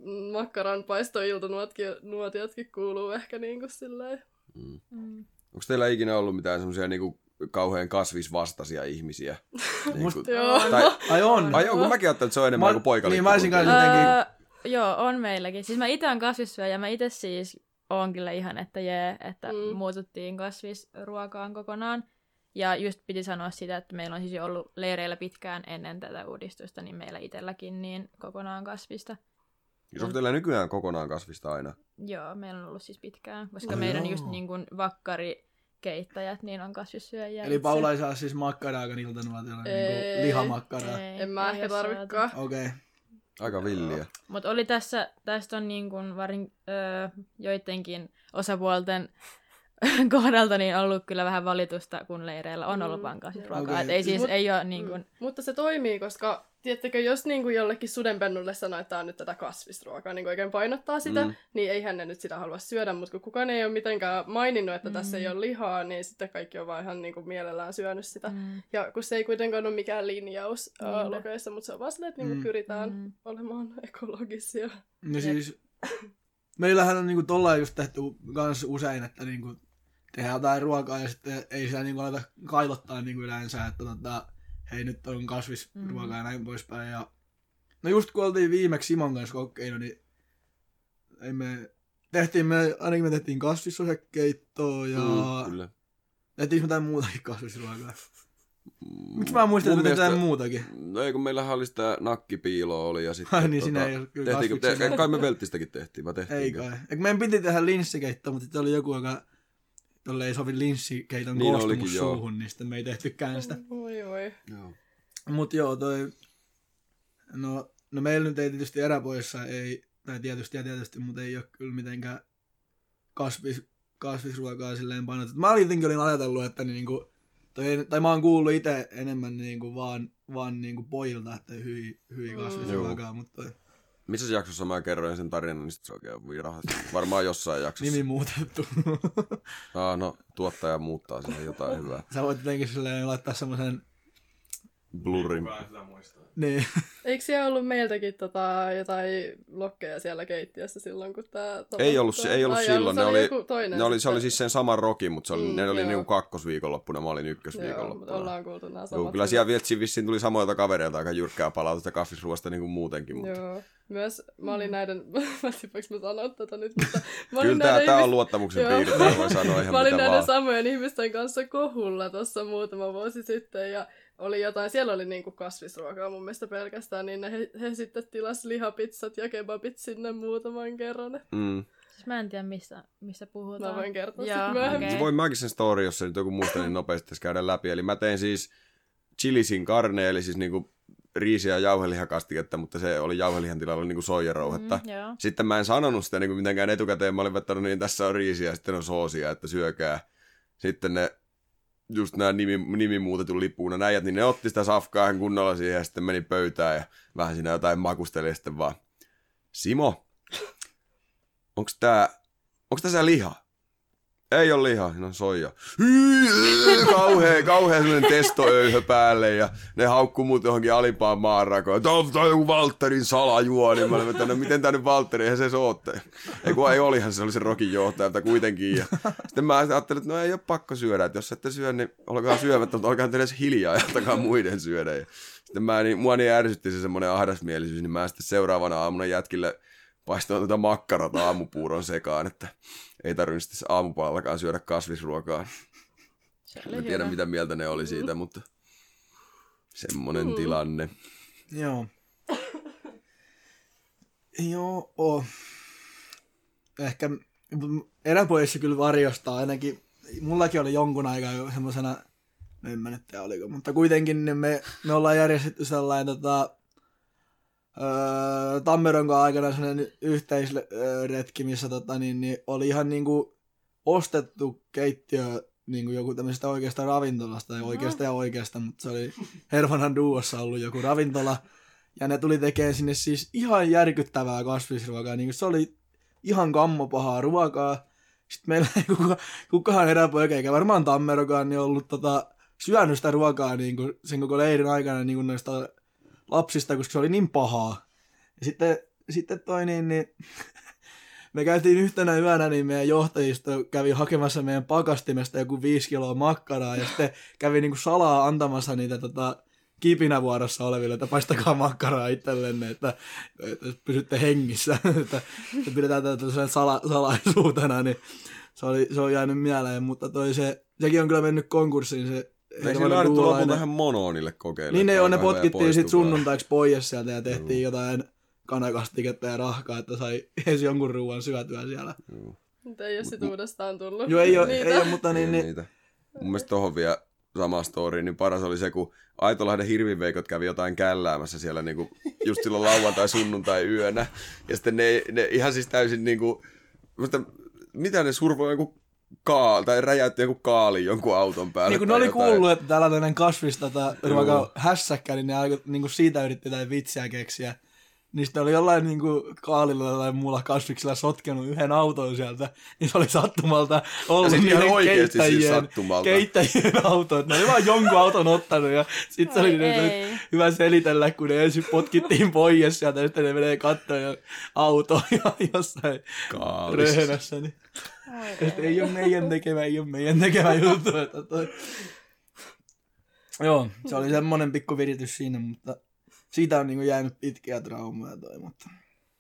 makkaranpaistoiltanuotiotkin kuuluu ehkä niinku silleen. Mm. Mm. Onko teillä ikinä ollut mitään semmoisia niinku kauhean kasvisvastaisia ihmisiä? niinku, Joo. tai, Ai on? ai joo, kun mäkin ajattelin, että se on enemmän Mä- kuin poikaliitto. niin, mä olisin kanssa- Jotenkin- Öö, joo, on meilläkin. Siis mä itse olen kasvissyöjä, mä itse siis oon kyllä ihan, että jee, että Mm. muututtiin kasvisruokaan kokonaan. Ja just piti sanoa sitä, että meillä on siis jo ollut leireillä pitkään ennen tätä uudistusta, niin meillä itselläkin niin kokonaan kasvista. Jos onko teillä nykyään kokonaan kasvista aina? Joo, meillä on ollut siis pitkään, koska No meidän joo. just niin kuin vakkarikeittäjät niin on kasvissyöjiä. Eli itse. Paula ei saa siis makkaraakaan iltanuotilla, Ei. niinku lihamakkaraa. Ei, En mä ei ehkä oo saatu. tarvikaan. Okei. Okay. Aika villiä. Mutta oli tässä, tästä on niin kuin varin, öö, joidenkin osapuolten kohdalta niin on ollut kyllä vähän valitusta, kun leireillä on ollut vaan kasvisruokaa. Okei. Okay. Ei siis Mut- ei ole niin kuin... Mm. Mutta se toimii, koska tiedättekö, jos niin kuin jollekin sudenpennulle sanoo, että tämä on nyt tätä kasvisruokaa, niin kuin oikein painottaa sitä, Mm. niin eihän ne nyt sitä halua syödä, mutta kun kukaan ei ole mitenkään maininnut, että tässä ei ole lihaa, niin sitten kaikki on vaan ihan niin kuin mielellään syönyt sitä. Mm. Ja kun se ei kuitenkaan ole mikään linjaus Niinpä. uh, lokeissa, mutta se on vaan silleen, että niin kuin Mm. pyritään Mm. olemaan ekologisia. No siis, meillähän on niinku tollain just tehty kans usein, että niinku tehdään jotain ruokaa ja sitten ei sitä niinku aleta kaivottaa niinku yleensä, että tota, hei nyt on kasvisruokaa mm. ja näin poispäin. Ja... No just kun oltiin viimeksi Simon kanssa kokeilla, niin ei me... Tehtiin me, ainakin me tehtiin kasvissosekeittoa ja... Mm, kyllä. tehtiin jotain muutakin kasvisruokaa. Miksi mä muistan, että me tehtiin jotain muutakin? No ei, kun meillähän oli sitä nakkipiiloa oli ja sitten... Ai niin, siinä ei ole kyllä tehtiinkö, kasviksia. te, kai me velttistäkin tehtiin, vai tehtiin? Ei kai. Eikö meidän piti tehdä linssikeittoa, mutta sitten oli joku, joka jolle ei sovi linssikeiton Niin koostumus olikin, joo. suuhun, niin sitten me ei tehtykään sitä. Voi voi. Joo. Mut joo, toi... No, no meillä nyt ei tietysti eräpoissa, ei, tai tietysti ja tietysti, mutta ei ole kyllä mitenkään kasvis, kasvisruokaa silleen painotettu. Mä jotenkin olin ajatellut, että niinku, toi, tai mä oon kuullut itse enemmän niinku vaan, vaan niinku pojilta, että hyviä, hyviä Mm. kasvisruokaa, mutta toi Missä jaksossa mä kerroin sen tarinan, niin sit se oikein virahasti. Varmaan jossain jaksossa. nimi muutettu. Ah, no, tuottaja muuttaa siihen jotain hyvää. Sä voit jotenkin silleen laittaa semmosen... Blurrin. Kukaan sitä muistaa. Niin. Eikö siellä ollut meiltäkin tota, jotain lokkeja siellä keittiössä silloin, kun tämä... Ei ollut, se, ei ollut Ai, silloin. se Ne oli, joku toinen ne oli, se sitten. oli siis sen saman roki, mutta se oli, Mm, ne oli joo. niinku kakkosviikonloppuna, mä olin Joo, mutta ykkösviikonloppuna. ollaan kuultu nämä samat. Joo, kyllä siellä viettiin vissiin tuli samoilta kavereilta aika jyrkkää palautusta kasvisruoasta niin kuin muutenkin. Mutta... Joo. Myös mä olin näiden... Mä en tiedä, voinko mä sanoa tätä nyt, mutta... Mä olin Kyllä tää, näiden tää on ihmis- luottamuksen Joo. piiri, tää voi sanoa ihan Mä olin mitä näiden vaan. samojen ihmisten kanssa kohulla tuossa muutama vuosi sitten ja oli jotain, siellä oli niinku kasvisruokaa mun mielestä pelkästään, niin ne he, he sitten tilas lihapizzat ja kebabit sinne muutaman kerran. Mm. Siis mä en tiedä, mistä, mistä puhutaan. Mä voin kertoa Joo, sit myöhemmin. okei. Se voi mäkin sen story, jos se nyt joku muista, niin nopeasti tässä käydä läpi. Eli mä tein siis chilisin carne, eli siis niinku riisi- ja jauhelihakastiketta, mutta se oli jauhelihan tilalla niinku soijarouhetta. Mm, joo. Sitten mä en sanonut sitä niin mitenkään etukäteen, mä olin vettanut niin, tässä on riisiä ja sitten on soosia, että syökää. Sitten ne, just nämä nimi, nimimuutetun lippuuna näijät, niin ne otti sitä safkaa ihan kunnolla siihen ja sitten meni pöytään ja vähän siinä jotain makusteli ja sitten vaan, Simo, onks tää, onks tässä liha? Ei ole liha, siinä on soija. Kauhea, kauhea sellainen testoöyhö päälle ja ne haukkuu mut johonkin alimpaan maanrakoon. Tää on, tää on joku Valtterin salajuoni. Mä olin, että no miten tää nyt Valtteri, eihän se sootte. Ei kun ei olihan, se oli se rokin johtaja, mutta kuitenkin. Ja sitten mä ajattelin, että no ei ole pakko syödä, että jos ette syö, niin olkaa syömättä, mutta olkaa nyt edes hiljaa ja antakaa muiden syödä. Ja sitten mä, niin, mua niin ärsytti se semmoinen ahdasmielisyys, niin mä sitten seuraavana aamuna jätkille paistoin tätä makkarat aamupuuron sekaan, että ei tarvinnut sitten aamupalallakaan syödä kasvisruokaa. Se oli En tiedä, hyvä. mitä mieltä ne oli siitä, mutta semmonen mm. tilanne. Joo. Joo, oo. Ehkä eräpojissa kyllä varjostaa ainakin. Mullakin oli jonkun aikaa jo semmosena, no en mä nyt tiedä oliko, mutta kuitenkin niin me, me ollaan järjestetty sellainen tota, öö, Tammeronkaan aikana sellainen yhteisretki, missä tota, niin, niin oli ihan niinku ostettu keittiö niinku joku tämmöisestä oikeasta ravintolasta, ja oikeasta ja oikeasta, mutta se oli Hervannan Duossa ollut joku ravintola, ja ne tuli tekemään sinne siis ihan järkyttävää kasvisruokaa, niin se oli ihan kammopahaa ruokaa. Sitten meillä ei kuka, kukaan eräpoika, eikä varmaan Tammerokaan, niin ollut tota, syönyt sitä ruokaa niin kuin sen koko leirin aikana niin kuin noista lapsista, koska se oli niin pahaa. Ja sitten, sitten toi niin, niin me käytiin yhtenä yönä, niin meidän johtajisto kävi hakemassa meidän pakastimesta joku viisi kiloa makkaraa, ja sitten kävi niin kuin salaa antamassa niitä tota, kipinävuorossa oleville, että paistakaa makkaraa itsellenne, että, että pysytte hengissä, että, että pidetään tätä sala, salaisuutena, niin se, oli, se on jäänyt mieleen, mutta toi se, sekin on kyllä mennyt konkurssiin, se Eikö sillä annettu lopulta ihan monoonille kokeille? Niin ne että on, ne alkaa potkittiin sitten poistumaan. sunnuntaiksi pois sieltä ja tehtiin jotain kanakastiketta ja rahkaa, että sai edes jonkun ruoan syötyä siellä. Mutta ei ole sit uudestaan tullut. Joo, ei ole, niitä. ei ole mutta niin, Niin, niin, niitä. Mun mielestä tohon vielä sama story, niin paras oli se, kun Aitolahden hirviveikot kävi jotain källäämässä siellä niinku just silloin lauantai sunnuntai yönä. Ja sitten ne, ne ihan siis täysin niinku, musta, mitä ne survoi joku kaal, tai räjäytti joku kaali jonkun auton päälle. Niin kun ne oli kuullut, että täällä on tämmöinen kasvis tota, ruoka hässäkkä, niin ne alkoi niin siitä yritti jotain vitsiä keksiä. Niin sitten oli jollain niin kuin kaalilla tai muulla kasviksella sotkenut yhden auton sieltä, niin se oli sattumalta ollut siis niiden keittäjien, keittäjien auto. Että ne oli vaan jonkun auton ottanut ja sitten se oli niin, hyvä selitellä, kun ne ensin potkittiin pois sieltä ja sitten ne menee katsomaan ja auto ja jossain röhönässä. Niin. Että ei ole meidän tekevä, ei ole meidän tekevä juttu. Että toi. Joo, se oli semmoinen pikku viritys siinä, mutta siitä on niinku jäänyt pitkiä traumaa toi, mutta...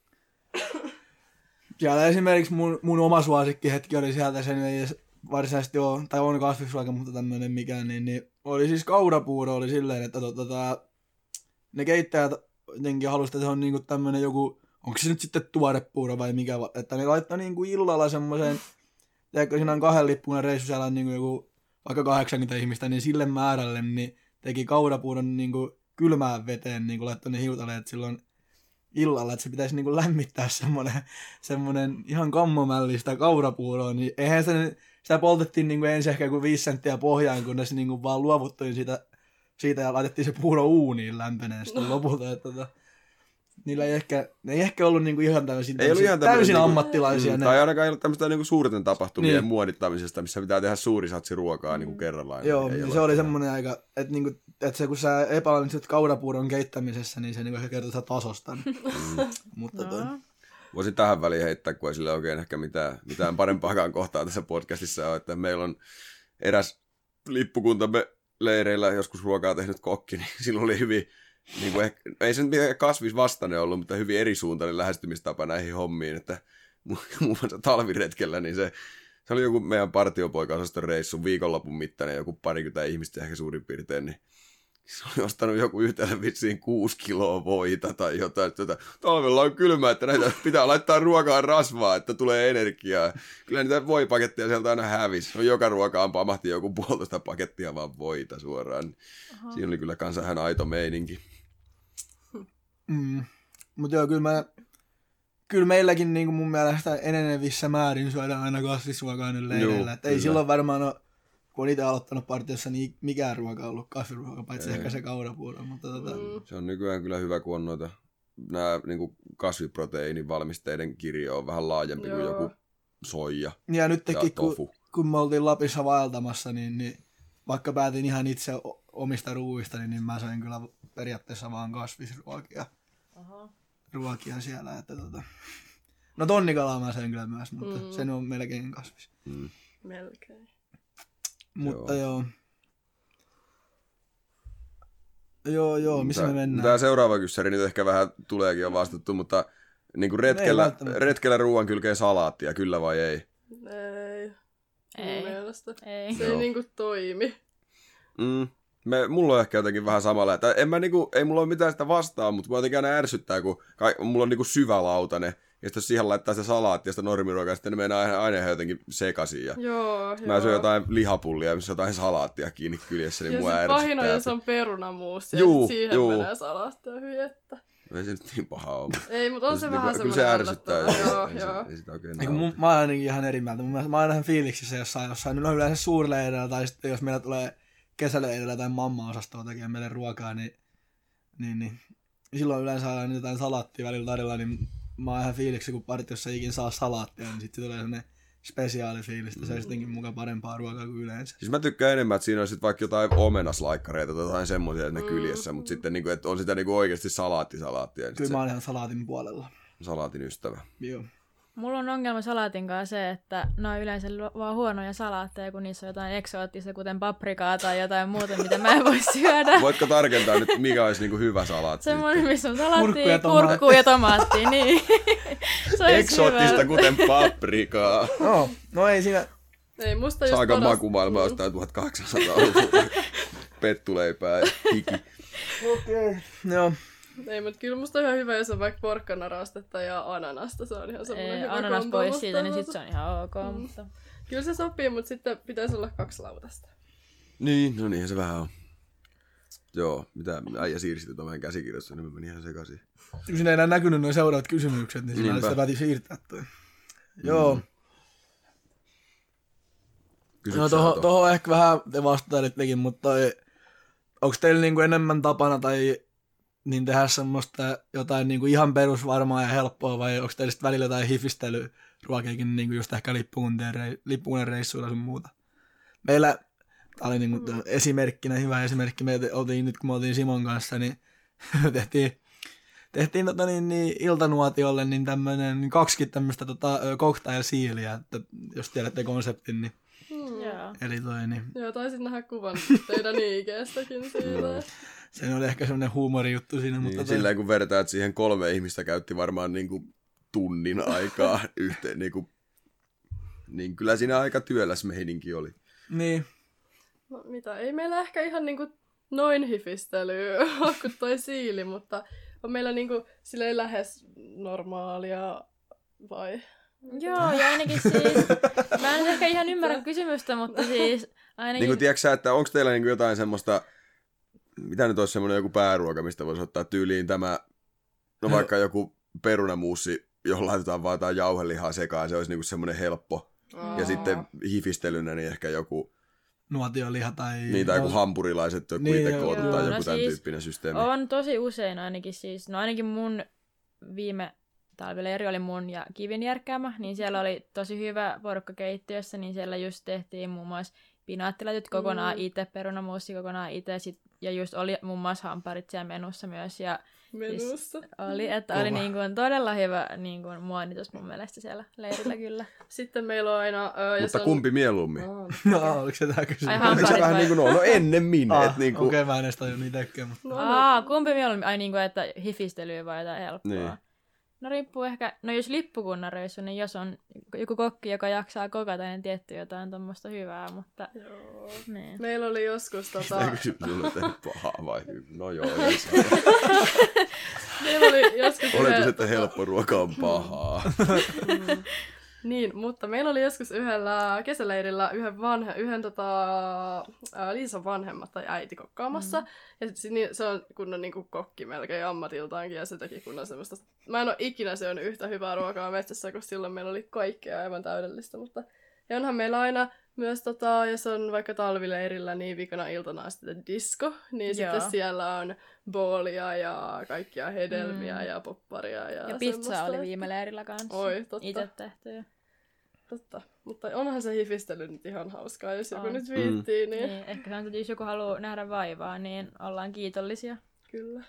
Siellä esimerkiksi mun, mun oma suosikkihetki oli sieltä, sen ei edes varsinaisesti ole, tai on kasvisruoka, mutta tämmönen mikään, niin, niin oli siis kaurapuuro oli silleen, että to, tota, ne keittäjät jotenkin halusivat, että se on niinku tämmönen joku, onko se nyt sitten tuorepuuro vai mikä, että ne laittoi niinku illalla semmoisen, tiedätkö, siinä on kahden lippunen reissu, siellä on niinku joku vaikka kahdeksankymmentä ihmistä, niin sille määrälle niin teki kaurapuuron niinku kylmään veteen, niin laittoi ne hiutaleet silloin illalla, että se pitäisi niin kuin lämmittää semmoinen, semmoinen ihan kammomällistä kaurapuuroa, niin eihän se, sitä poltettiin niin kuin ensin ehkä joku viisi senttiä pohjaan, kunnes niin kuin vaan luovuttiin siitä, siitä ja laitettiin se puuro uuniin lämpeneen sitten lopulta, että tota, niillä ei ehkä, ne ei ehkä ollut niin kuin ihan täysin, ei täysin, ihan täysin niinku, ammattilaisia. Mm, ne. tai ainakaan ei ollut tämmöistä niinku suurten tapahtumien niin. muodittamisesta, missä pitää tehdä suuri satsi ruokaa niinku kerrallaan. Joo, niin se oli semmoinen aika, että niinku, et se kun sä epäonnistut kaurapuuron keittämisessä, niin se niinku ehkä kertoo sitä tasosta. Mm. Mutta toi. Voisin tähän väliin heittää, kun ei sille oikein ehkä mitään, mitään parempaakaan kohtaa tässä podcastissa ole, että meillä on eräs lippukuntamme leireillä joskus ruokaa tehnyt kokki, niin silloin oli hyvin, niin kuin ehkä, ei se nyt mitenkään kasvisvastainen ollut, mutta hyvin erisuuntainen lähestymistapa näihin hommiin, että muun muassa talviretkellä, niin se, se oli joku meidän partiopoika-osaston reissu viikonlopun mittainen, joku parikymmentä ihmistä ehkä suurin piirtein, niin se oli ostanut joku yhtenä vitsiin kuusi kiloa voita tai jotain, että talvella on kylmä, että näitä pitää laittaa ruokaan rasvaa, että tulee energiaa. Kyllä niitä voipaketteja sieltä aina hävisi. No, joka ruokaan pamahti joku puolitoista pakettia vaan voita suoraan. Aha. Siinä oli kyllä kanssa ihan aito meininki. Mm. Mutta joo, kyllä, mä, kyllä meilläkin niin mun mielestä enenevissä määrin syödään aina kasvisruokaa nyt leireillä. Ei kyllä. Silloin varmaan ole, kun on itse aloittanut partiossa, niin mikään ruoka on ollut kasvisruoka, paitsi ei. Ehkä se kaurapuuro. Mutta tota... mm. Se on nykyään kyllä hyvä, kun on noita nämä niin kasviproteiinivalmisteiden kirjo on vähän laajempi joo. kuin joku soija ja nytkin, kun, kun me oltiin Lapissa vaeltamassa, niin, niin vaikka päätin ihan itse omista ruuista, niin, niin mä söin kyllä periaatteessa vaan kasvisruokia. Aha. Ruokia siellä. Että tota... No tonnikalaa mä söin kyllä myös, mutta mm. se on melkein kasvis. Mm. Melkein. Mutta joo. Joo, joo, missä Tää, me mennään? Tämä seuraava kyssäri nyt ehkä vähän tuleekin jo vastattu, mutta niin kuin retkellä, retkellä ruoan kylkeen salaattia, kyllä vai ei? Ei. Ei. Mielestä. Ei. Se ei niinku toimi. Mm. Me, mulla on ehkä jotenkin vähän samalla. Tai en mä niinku, ei mulla ole mitään sitä vastaan, mutta mua jotenkin aina ärsyttää, kun ka- mulla on niinku syvä lautanen. Ja sitten jos siihen laittaa sitä salaattia ja sitä normiruokaa, sitten ne meinaa aina, aina jotenkin sekaisin. Ja joo, mä joo. syön jotain lihapullia, missä on jotain salaattia kiinni kyljessä, niin ja mua ärsyttää. Ja sitten pahina, jos on perunamuusi, ja juu, siihen juu. menee salaattia hyettä. Ei se nyt niin paha ole. Ei, mutta on se, se vähän semmoinen kyllä se ärsyttää. joo, ei, joo. Se, ei sitä oikein niin mun, mä oon ainakin ihan eri mieltä. Mä oon aina ihan fiiliksissä jossain, jossain. No yleensä suurleireillä, tai sitten jos meillä tulee kesäleireillä tai mamma-osastoa tekemään meille ruokaa, niin, niin, niin silloin yleensä saadaan jotain salaattia välillä tarjolla, niin mä oon ihan fiiliksi, kun partiossa ei ikin saa salaattia, niin sitten tulee sellainen spesiaalifiilis, että se olisi jotenkin mukaan parempaa ruokaa kuin yleensä. Siis mä tykkään enemmän, että siinä olisi vaikka jotain omenaslaikkareita tai jotain semmoisia, että ne kyljessä, mutta sitten niin kuin, että on sitä niin kuin oikeasti salaattisalaattia. Kyllä mä oon ihan salaatin puolella. Salaatin ystävä. Joo. Mulla on ongelma salaatin kanssa se, että ne on yleensä vaan huonoja salaatteja, kun niissä on jotain eksoottista, kuten paprikaa tai jotain muuta, mitä mä en voi syödä. Voitko tarkentaa nyt, mikä olisi niinku hyvä salaatti? Semmoinen, missä on salaattia, kurkkuu kurkkuu ja tomaattia, niin. Eksoottista, hyvä. Kuten paprikaa. No, no ei siinä... Ei, musta just Saakan paras... makumaailma jostain tuhatkahdeksansataaluvulta. Pettuleipää ja hiki. Okei, okay. Joo. Ei, mutta kyllä musta on ihan hyvä, jos on vaikka porkkanarastetta ja ananasta. Se on ihan semmoinen Ei, hyvä ananas kombo pois musta, siitä, niin mutta... sit se on ihan ok. Mm. Mutta... Kyllä se sopii, mutta sitten pitäisi olla kaksi lautasta. Niin, no niinhän se vähän on. Joo, mitä äijä siirsi tuota meidän käsikirjassa, niin mä menin ihan sekaisin. Kun siinä ei enää näkynyt noin seuraavat kysymykset, niin siinä sitä päätin siirtää toi. Mm. Joo. Kysytkö No sä tohon, tuohon? tohon ehkä vähän te vastailittekin, mutta onko teillä niinku enemmän tapana tai niin tehdä semmoista jotain niinku ihan perusvarmaa ja helppoa vai onko teillä sitten välillä jotain hifistelyruokiakin niinku just ehkä lippukuntien rei, lippukunnan reissuilla sun muuta? Meillä, tää oli niinku mm. esimerkkinä, hyvä esimerkki, me oltiin nyt kun me oltiin Simon kanssa, niin tehtiin, tehtiin tota niin, niin iltanuotiolle niin tämmönen kaksikymmentä tämmöistä tota, cocktail-siiliä, että jos tiedätte konseptin, niin Mm. Joo. eli toi, niin Joo, taisin nähdä kuvan teidän I G:stäkin siitä. se oli ehkä semmoinen huumorijuttu siinä, Niin, mutta toi, silleen kun vertaa, että siihen kolme ihmistä käytti varmaan niinku tunnin aikaa yhteen, niinku, niin kyllä siinä aika työläs meininki oli. niin, No mitä, ei meillä ehkä ihan niinku noin hifistelyä ole kuin toi siili, mutta on meillä niinku silleen lähes normaalia, vai? Joo, ja ainakin siis, mä en ehkä ihan ymmärrä kysymystä, mutta siis ainakin... Niin kuin tiedätkö sä, että onko teillä niinku jotain semmoista, mitä nyt olisi semmoinen joku pääruoka, mistä voisi ottaa tyyliin tämä, no vaikka joku perunamuussi, johon laitetaan vaan jotain jauhelihaa sekaan, se olisi niinku semmoinen helppo. Ja sitten hifistelynä niin ehkä joku, nuotioliha tai... niin tai joku hampurilaiset, joku Niin, itse joo. kootut Joo, tai no joku tämän siis tyyppinen systeemi. On tosi usein ainakin siis, no ainakin mun viime talvileiri oli mun ja Kivin järkkäämä, niin siellä oli tosi hyvä porukka keittiössä, niin siellä just tehtiin muun muassa pinaattilätyt kokonaan Mm. itse, perunamuussi kokonaan itse, sit, ja just oli muun muassa hamparit siellä menussa myös, ja Menussa. oli, että Kova. oli niin kuin todella hyvä niin kuin muonitus mun mielestä siellä leirillä kyllä. Sitten meillä on aina... Ö, jos Mutta on... kumpi mieluummin? Aa, No, oliko se tää kysymys? Ai Eikö se hamparit vähän vai? niin kuin no, no ennemmin, Ah, että niinku, okei, mä en edes tajunnut itsekään, mutta... no, Aa, kumpi mieluummin? Ai niin kuin, että hifistelyä vai jotain helppoa? Niin. No riippuu ehkä, no jos lippukunnan reissu, niin jos on joku kokki, joka jaksaa kokata, niin tietty jotain tuommoista hyvää, mutta joo. niin. Meillä oli joskus tota... tämä kysymys on tehnyt pahaa vai hyvä? No joo, ei saa. Meillä oli joskus... Oletus, yhden- että helppo ruoka on pahaa. Mm. Niin, mutta meillä oli joskus yhdellä kesäleirillä yhden, vanhe, yhden tota, ää, Liisan vanhemmat tai äiti kokkaamassa. Mm. Ja sit, se- niin, se on kunnon niin kuin kokki melkein ammatiltaankin ja se teki kunnon semmoista... Mä en ole ikinä syönyt yhtä hyvää ruokaa metsässä, koska silloin meillä oli kaikkea aivan täydellistä. Mutta... Ja onhan meillä aina myös, tota, jos on vaikka talvileirillä, niin viikona iltana on sitten disco. Niin Joo. sitten siellä on boolia ja kaikkia hedelmiä Mm. ja popparia. Ja, Ja pizza semmoista, oli että- viime leirillä kanssa. Oi, totta. Itse tehty. Totta, mutta onhan se hifistely nyt ihan hauskaa, jos joku On. nyt viittii, niin, Niin, ehkä se on, että jos joku haluaa nähdä vaivaa, niin ollaan kiitollisia. kyllä.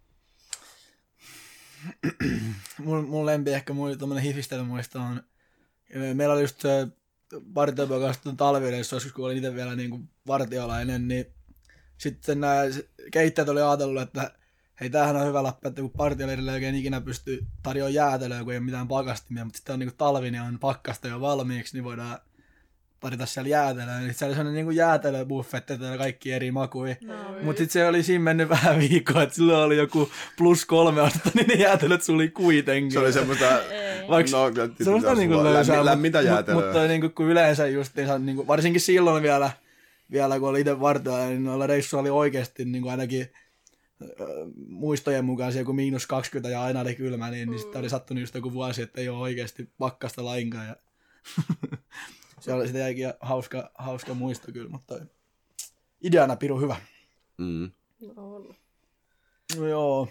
mun, mun lempi ehkä mun tommonen hifistelymuisto on, meillä oli just se partiopoika kanssa talvireissu, joskus kun olin itse vielä niinku vartiolainen, niin sitten nämä keittäjät oli ajatellut, että hei, tämähän on hyvä läppä, että kun partioleirillä ei oikein ikinä pysty tarjoamaan jäätelöä, kun ei ole mitään pakastimia, mutta sitten on niinku talvi, niin on pakkasta jo valmiiksi, niin voidaan tarjota siellä jäätelöä. Niin se oli sellainen niinku jäätelöbuffetti, että oli kaikki eri makuja. No. Mutta sitten se oli siinä mennyt vähän viikkoa, että silloin oli joku plus kolme astetta, niin ne jäätelöt suli kuitenkin. Se oli semmoista, Ei. Vaikka no, semmoista niinku löysää, lämmin, lämmintä mut- jäätelöä. Mutta mut, niinku, kun yleensä just, niinku, varsinkin silloin vielä, vielä kun oli itse vartioilla, niin noilla reissuilla oli oikeasti niinku ainakin äh, muistojen mukaan se joku miinus kaksikymmentä ja aina oli kylmä, niin, niin sitten oli sattunut just joku vuosi, että ei ole oikeasti pakkasta lainkaan. Ja se oli sitä jäikin hauska, hauska muisto kyllä, mutta ideana piru hyvä. Mm. No on. No joo.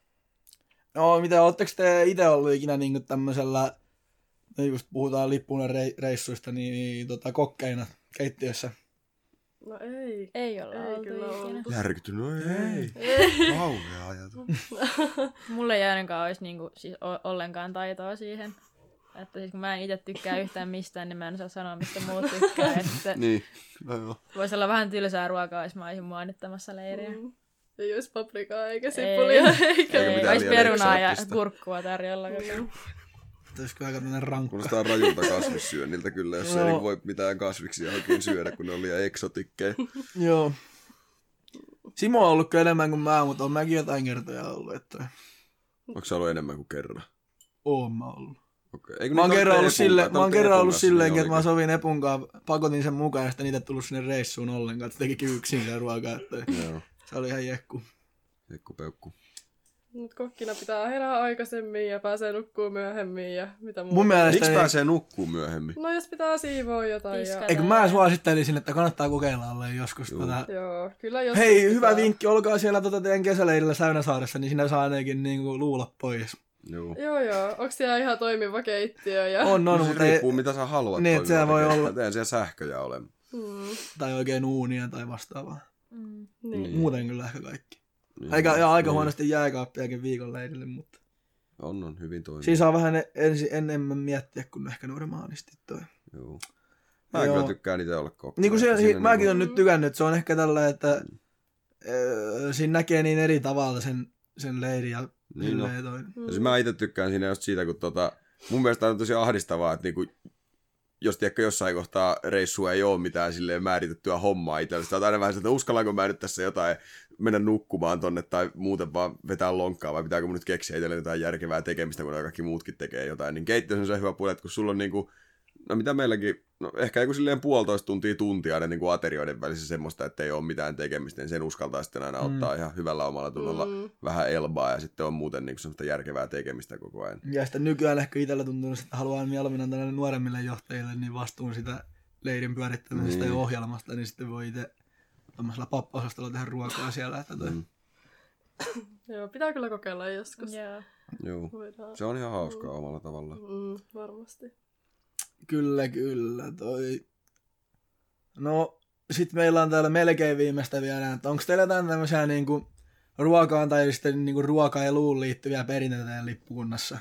No mitä, ootteko te itse ollut ikinä niinku tämmöisellä, no just puhutaan lippunen reissuista, niin, niin tota, kokkeina keittiössä? No ei. Ei olla Ei oltu kyllä ikinä. ollut. Järkytynyt, no ei. Ei. Kauhea ajatus. Mulle ei ainakaan olisi niinku, siis o- ollenkaan taitoa siihen. Että siis kun mä en itse tykkää yhtään mistään, niin mä en osaa sanoa, mistä muut tykkää. Ja sitten Niin, no joo. voisi olla vähän tylsää ruokaa, jos mä olisin muonittamassa leiriä. Mm. Ei olisi paprikaa eikä sipulia eikä... Eikä Ei, mitään olisi liian perunaa ja eksoottista. kurkkua tarjolla. Mm. Olisiko aika tämmöinen rankka? Kuulostaa rajulta kasvissyönniltä kyllä, jos Joo. ei niinku voi mitään kasviksia oikein syödä, kun ne on liian eksotikkeja. Joo. Simo on ollut kyllä enemmän kuin mä, mutta on mäkin jotain kertoja ollut, että Onko se ollut enemmän kuin kerran? oon mä ollut. Okei. Eikö Mä oon nyt kerran ootte ollut, Epun sille, kanssa? mä oon Te ootte kerran Epun ollut kanssa, silleenkin, niin että mä olikin. sovin Epun kanssa, pakotin sen mukaan ja sitten niitä tullut sinne reissuun ollenkaan, että se tekikin yksin sen ruokaa, että Joo, se oli ihan jekku. Jekku peukku. Nyt kokkina pitää herää aikaisemmin ja pääsee nukkumaan myöhemmin ja mitä muuta. Mun mielestä Miksi niin, pääsee nukkuu myöhemmin? No jos pitää siivoa jotain. Ja... Tiskata. eikö mä suosittelisin, että kannattaa kokeilla olla joskus tota... Joo, kyllä jos Hei, pitää. hyvä vinkki, olkaa siellä tota teidän kesäleirillä Säynäsaaressa, niin sinä saa ainakin niinku luulla pois. Joo. Joo, joo. Onko siellä ihan toimiva keittiö? Ja... On, No, on, no mutta se ei, riippuu mitä sä haluat. Niin, että siellä voi toimia. olla- Teen siellä sähköjä ole. Hmm. tai oikein uunia tai vastaavaa. Mm. Niin. Niin. Muuten kyllä ehkä kaikki. Niin. Eikä, ja aika Niin. huonosti jääkaappiakin viikon leirille, mutta... On, on hyvin toimiva. Siinä saa vähän ensin enemmän miettiä kuin ehkä normaalisti toi. Joo. Mä Joo. kyllä tykkään itse olla kokki. Niin kuin se, Siinä mäkin niinku- on nyt tykännyt, se on ehkä tällä, että öö, siinä näkee niin eri tavalla sen, sen leirin ja Niin no. silleen toi. Hmm. Ja siis mä itse tykkään siinä just siitä, kun tota, mun mielestä on tosi ahdistavaa, että niinku, jos tiedätkö jossain kohtaa reissua ei ole mitään silleen määritettyä hommaa itselle. Sitä on aina vähän sitä, että uskallanko mä nyt tässä jotain mennä nukkumaan tonne tai muuten vaan vetää lonkkaa vai pitääkö mun nyt keksiä itselle jotain järkevää tekemistä, kun kaikki muutkin tekee jotain. Niin keittiö on se hyvä puoli, että kun sulla on niinku, no mitä meilläkin, no ehkä joku silleen puolitoista tuntia tuntia aina niinku aterioiden välissä semmoista, että ei ole mitään tekemistä, niin sen uskaltaa sitten aina Mm. ottaa ihan hyvällä omalla tunnolla Mm. vähän elbaa ja sitten on muuten niinku semmoista järkevää tekemistä koko ajan. Ja sitten nykyään ehkä itsellä tuntuu, että haluan mieluummin antaa näille nuoremmille johtajille niin vastuun sitä leirin pyörittämisestä Niin. ja ohjelmasta, niin sitten voi itse tuommoisella pappa-osastolla tehdä ruokaa siellä. Että toi. Mm. Joo, pitää kyllä kokeilla joskus. Joo. Joo. Voidaan. Se on ihan hauskaa omalla tavallaan. Mm, varmasti. Kyllä, kyllä. Toi. No, sit meillä on täällä melkein viimeistä vielä, että onko teillä jotain tämmöisiä niinku ruokaan tai sitten niinku ruokailuun liittyviä perinteitä teidän lippukunnassa?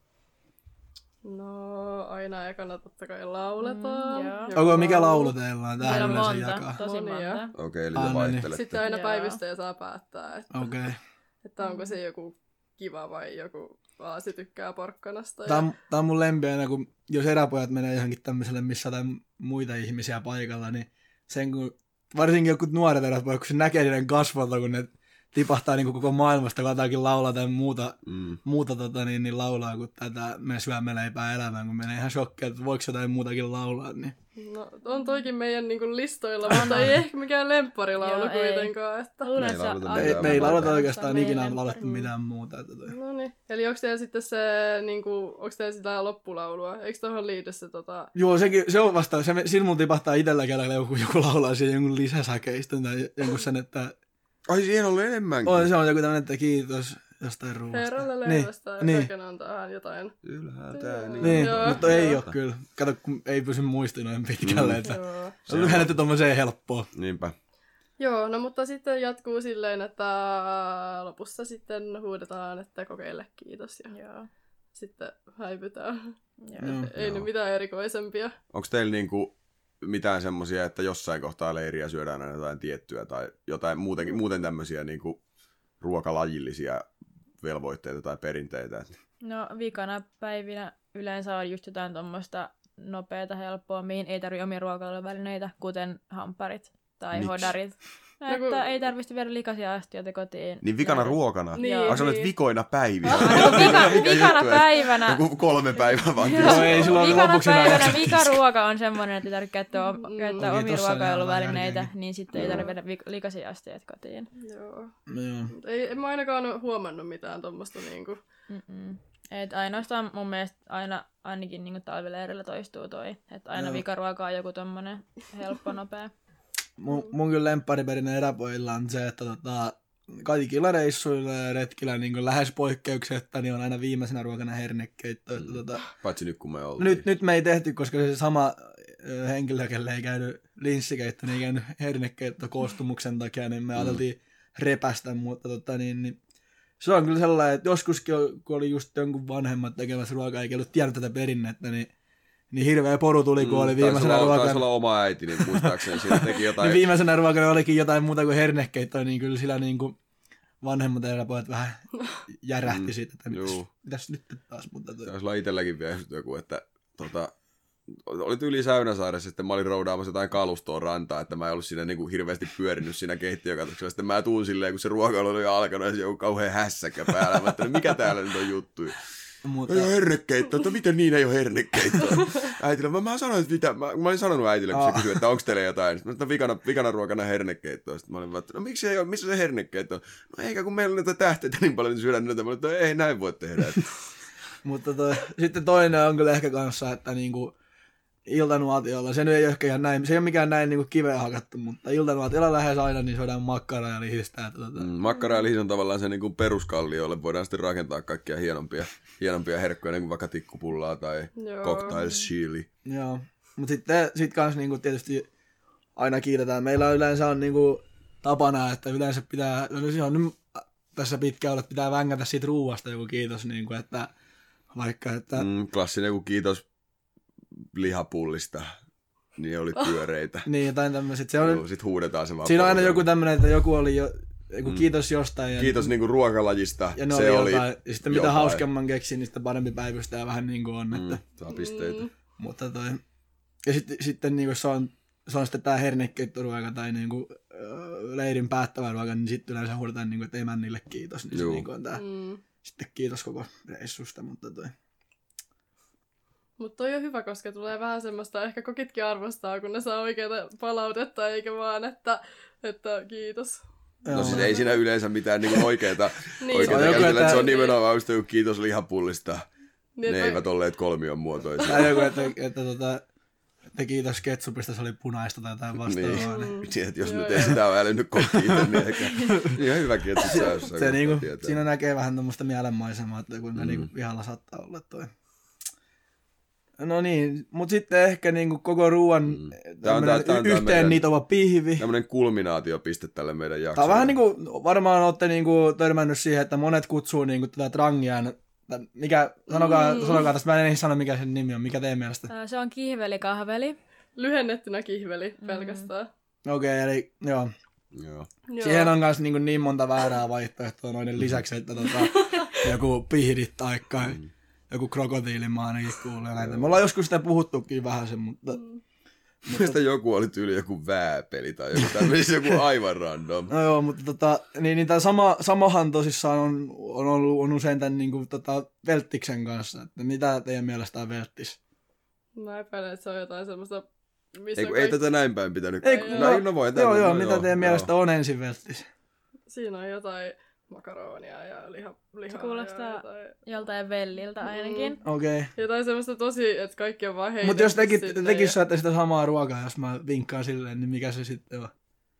No, aina ekana totta kai lauletaan. Mm, joo. Joka Onko mikä laulu. laulu teillä on? Tähän Meillä on yleensä monta, jakaa. tosi Monia. monta. Okei, eli Ah, te no niin. vaihtelette. Sitten aina Joo. päivystäjä saa päättää, että, Okei. Okay. että onko se joku kiva vai joku Aasi tykkää porkkanasta. Tää Ja... on, tää on mun lempi aina, kun jos eräpojat menee johonkin tämmöiselle, missä on jotain muita ihmisiä paikalla, niin sen kun, varsinkin joku nuoret eräpojat, kun se näkee niiden kasvolta, kun ne tipahtaa niin koko maailmasta, kun jotakin laulaa tai muuta, Mm. muuta tota, niin, niin laulaa, kun tätä me syömme leipää elämään, kun menee ihan shokkia, että voiko jotain muutakin laulaa. Niin. No, on toikin meidän niinku listoilla, mutta ei ehkä mikään lempparilaulu Joo, ei. kuitenkaan. Että... Luulen, Me ei että se lauleta on mitään Ei, aika me ei muuta. lauleta monta oikeastaan meidän ikinä lemppari. laulettu mitään muuta. Että toi. No niin. Eli onko teillä sitten se, niinku, onko teillä sitä loppulaulua? Eikö tuohon liity se tota... Joo, sekin, se on vasta, se, sillä mun tipahtaa itsellä kelellä joku, joku laulaa siihen jonkun lisäsäkeistön tai jonkun sen, että Ai siihen oli enemmänkin. on, se on joku tämmöinen, että kiitos jostain ruoasta. Herralle Niin, leivästä ja niin. kaiken antaa jotain. Ylhäältä. Niin. Niin, Joo. mutta ei Joo. ole kyllä. Kato, kun ei pysy muisti noin pitkälle, Mm. että Joo. Se on- lyhennetty tommoseen helppoa. Niinpä. Joo, no mutta sitten jatkuu silleen, että lopussa sitten huudetaan, että kokeille kiitos ja Joo. sitten häipytään. Joo. Joo. Ei Joo. nyt mitään erikoisempia. Onko teillä niinku mitään semmosia, että jossain kohtaa leiriä syödään aina jotain tiettyä tai jotain muutenkin, muuten tämmöisiä niinku ruokalajillisia velvoitteita tai perinteitä? No viikana päivinä yleensä on just jotain tuommoista nopeata, helppoa, mihin ei tarvitse omia ruokailuvälineitä, kuten hampparit tai Miksi? hodarit. No, No kun- että ei tarvitse viedä likaisia astioita kotiin. Niin vikana Näin. ruokana? Niin, Onko se niin. nyt vikoina päivinä? No, vika, Mikä vikana juttu, että päivänä. Joku kolme päivää vaan. Joo, Joo, ei silloin vikana lopuksi päivänä enää vikaruoka on semmoinen, että ei tarvitse käyttää, Mm. käyttää Okei, omia tossa on ruokailuvälineitä, järkeäkin. niin sitten ei Joo. tarvitse viedä vik- likaisia astioita kotiin. Joo. Joo. Mut Ei, en mä ainakaan ole huomannut mitään tommosta niinku. Mm-mm. Et ainoastaan mun mielestä aina ainakin niin talvileirillä toistuu toi, että aina Joo. vikaruoka on joku tommonen helppo, nopea. Mun, mun kyllä lemppariperinne eräpojilla on se, että tota, kaikilla reissuilla ja retkillä niin lähes poikkeuksetta niin on aina viimeisenä ruokana hernekeitto. Että, tota, Paitsi nyt kun me oltiin. nyt, nyt me ei tehty, koska se sama ö, henkilö, kelle ei käynyt linssikeitto, niin ei käynyt hernekeitto koostumuksen takia, niin me Mm. ajateltiin repästä, mutta tota, niin, niin, se on kyllä sellainen, että joskuskin, kun oli just jonkun vanhemmat tekemässä ruokaa, eikä ollut tiennyt tätä perinnettä, niin, niin hirveä poru tuli, kun oli viimeisenä taisi olla, taisi ruokana. olla oma äiti, niin muistaakseni siinä teki jotain. Niin viimeisenä ruokana olikin jotain muuta kuin hernekeittoa, niin kyllä sillä niin kuin vanhemmat eräpojat vähän järähti Mm, siitä, että juu. mitäs, mitäs nyt taas. Mutta toi. Taisi olla itselläkin vielä just joku, että tota, oli tyyli Säynäsaaressa, sitten mä olin roudaamassa jotain kalustoa rantaa, että mä en ollut siinä niin kuin hirveästi pyörinyt siinä keittiökatoksella. Sitten mä tuun silleen, kun se ruokailu oli alkanut ja se joku kauhean hässäkkä päällä. Mä ajattelin, mikä täällä nyt on juttu. Mutta... Ei ole hernekeittoa, että miten niin ei ole hernekeittoa? Äitille, mä, mä sanoin, että mitä, mä, mä olin sanonut äitille, kun se kysyi, että onko teille jotain. Sitten mä sanoin, vikana, vikana ruokana hernekeittoa. Sitten mä olin vaan, että no miksi ei ole, missä se hernekeitto on? No eikä, kun meillä on näitä tähteitä niin paljon, niin syödään näitä. Mä olin, että ei näin voi tehdä. Mutta toi, sitten toinen on kyllä ehkä kanssa, että niinku iltanuotiolla, se nyt ei ole ehkä ihan näin, se ei ole mikään näin niinku kiveen hakattu, mutta iltanuotiolla lähes aina niin syödään makkaraa ja lihistä. Että, tota. mm, makkara ja lihis on tavallaan se niin peruskallio, jolle voidaan sitten rakentaa kaikkia hienompia, hienompia herkkuja, niin kuin vaikka tikkupullaa tai Joo. cocktails chili. Joo, mutta sitten sit kanssa niinku tietysti aina kiitetään. Meillä yleensä on niinku tapana, että yleensä pitää, no se on nyt tässä pitkään ollut, että pitää vängätä siitä ruuasta joku kiitos, niinku, että vaikka, että... Mm, klassinen joku kiitos lihapullista, niin oli pyöreitä. Niin, jotain tämmöiset. Se on, sitten huudetaan se vaan. Siinä on aina porukalla. joku tämmöinen, että joku oli jo, joku mm. kiitos jostain. Ja, Kiitos niinku ruokalajista. Ja ne se oli oli jotain. Ja sitten jotain. mitä hauskemman keksin, niin sitä parempi päivystää vähän niin kuin on. Mm, että, saa pisteitä. Mm. mutta toi, ja sitten, sitten niin kuin se on, se on sitten tää hernekeittoruoka tai niin kuin, leirin päättävä ruoka, niin sitten yleensä huudetaan, niin kuin, että emännille kiitos. Niin se niin kuin on tää, Mm. sitten kiitos koko reissusta, mutta toi. Mutta toi on hyvä, koska tulee vähän semmoista, ehkä kokitkin arvostaa, kun ne saa oikeaa palautetta, eikä vaan, että, että kiitos. No Joo. siis ei siinä yleensä mitään niinku oikeeta, Niin. oikeeta Se on joku, käsitellä, että se on että- nimenomaan just joku kiitos lihapullista. Niin, Ne että- eivät olleet kolmion muotoisia. Tai joku, että, että, että, että, että kiitos ketsupista, se oli punaista tai jotain vastaavaa. Niin. Niin. Niin, että jos Joo, nyt joo. ei sitä ole älynyt kotiin, niin ehkä ihan hyväkin, että sä jossain Se niinku, tietää. siinä näkee vähän tämmöistä mielenmaisemaa, että kuinka Mm. niinku vihalla saattaa olla toi. No niin, mut sitten ehkä niinku koko ruoan Mm. mm. Tää on tää- tää on tää yhteen meidän- nitova pihvi. Tämmönen kulminaatiopiste tälle meidän Tää jaksolle. on vähän niinku, varmaan olette niinku törmännyt siihen, että monet kutsuu niinku tätä trangia, mikä, sanokaa, Mm. sanokaa tästä, mä en ehdi sanoa mikä sen nimi on, mikä teidän mielestä? Ää, Se on kihvelikahveli. Lyhennettynä kihveli Mm. pelkästään. Okei, okay, eli joo. Joo. Joo. Siihen on myös niin, niin monta väärää vaihtoehtoa noiden lisäksi, että tota, joku pihdit tai Mm. joku krokotiilin mä ainakin kuulee näitä. Me ollaan joskus sitä puhuttukin vähän sen, mutta... Mm. Mielestäni joku oli tyyli joku vääpeli tai joku tämmöinen joku aivan random. No joo, mutta tota, niin, niin tämä sama, samahan tosissaan on, on ollut on usein tämän niin kuin, tota, Velttiksen kanssa. Että mitä teidän mielestä on Velttis? Mä epäilen, että se on jotain semmoista, missä Ei, kun kaikki... ei tätä näin päin pitänyt. Ei, kun- no, no voi Joo, tänne, joo, no mitä teidän mielestä on ensin Velttis? Siinä on jotain makaronia ja liha, lihaa Se kuulostaa- ja jotain, Joltain velliltä ainakin. Okei. Okay. jotain semmoista tosi, että kaikki on vaan heitetty Mutta jos tekit, sinne tekis ja- syötte sitä samaa ruokaa, jos mä vinkkaan silleen, niin mikä se sitten on?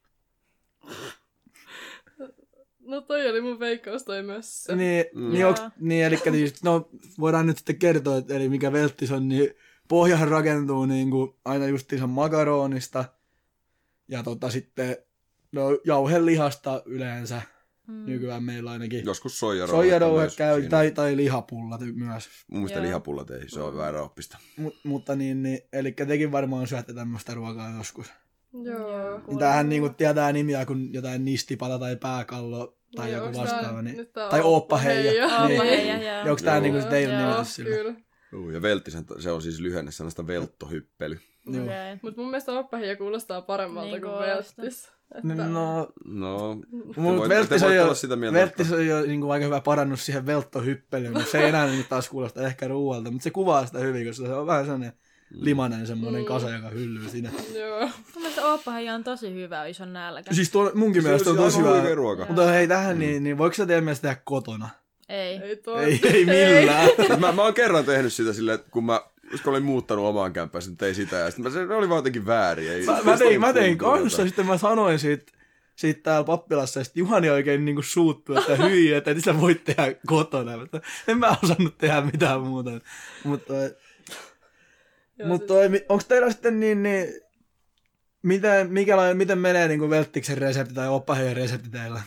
No toi oli mun veikkaus toi myös se. Niin, Mm. niin, Joo. onks, niin eli niin, no, voidaan nyt sitten kertoa, että eli mikä Velttis on, niin pohjahan rakentuu niin kuin aina justiinsa makaronista ja tota sitten no, jauhelihasta yleensä. Mm. Nykyään meillä ainakin Joskus soijarouhe. soijarouhe myös käy siinä. tai, tai lihapullat myös. Mun mielestä Joo. lihapullat ei, se on väärä oppista. Mut, mutta niin, niin, eli tekin varmaan syötte tämmöistä ruokaa joskus. Joo. Niin tämähän niinku tietää nimiä kuin jotain nistipata tai pääkallo tai Joo, joku onks vastaava. tää- Niin. nyt tää Tai on ooppaheija. ooppaheija. Niin. Ooppaheija, joo. Onko tää Joo. niinku se teidän Joo, nimitys sille? Kyllä. Joo, ja velttisen, se on siis lyhenne sanasta velttohyppely. Joo. Okei. Mut mun mielestä ooppaheija kuulostaa paremmalta Niin kuin kuulostaa. velttis. No, Että- no No, te mut voitte- Velttis te on voitte jo, olla sitä mieltä, Velttis on jo niinku aika hyvä parannus siihen velttohyppelyyn, mutta se ei enää niinku taas kuulosta ehkä ruualta, mutta se kuvaa sitä hyvin, koska se on vähän sellainen limanen semmoinen Mm. kasa, joka hyllyy siinä. Joo. Mun mielestä ooppaheija on tosi hyvä, jos on nälkä. Siis tuo munkin Se mielestä on on tosi aivan hyvä. huikea ruoka. Mutta hei tähän, niin, niin voiko sä teidän mielestä tehdä kotona? Ei. Ei toi. Ei, ei millään. Mut mä, mä oon kerran tehnyt sitä silleen, että kun mä, kun olin muuttanut omaan kämppään, sitten tein sitä, ja sitten mä, se oli vaan jotenkin väärin. Ei, Mä, mä tein, mä tein tuntuu kanssa, jotain. sitten mä sanoin siitä, siitä täällä pappilassa, ja sitten Juhani oikein niinku suuttui, että hyi, että et sä voit tehdä kotona. Mutta en mä osannut tehdä mitään muuta. Mutta Joo, mut siis- toi, onko teillä sitten niin, niin miten, mikälainen, miten menee niinku Velttiksen resepti tai oppaheijan resepti teillä?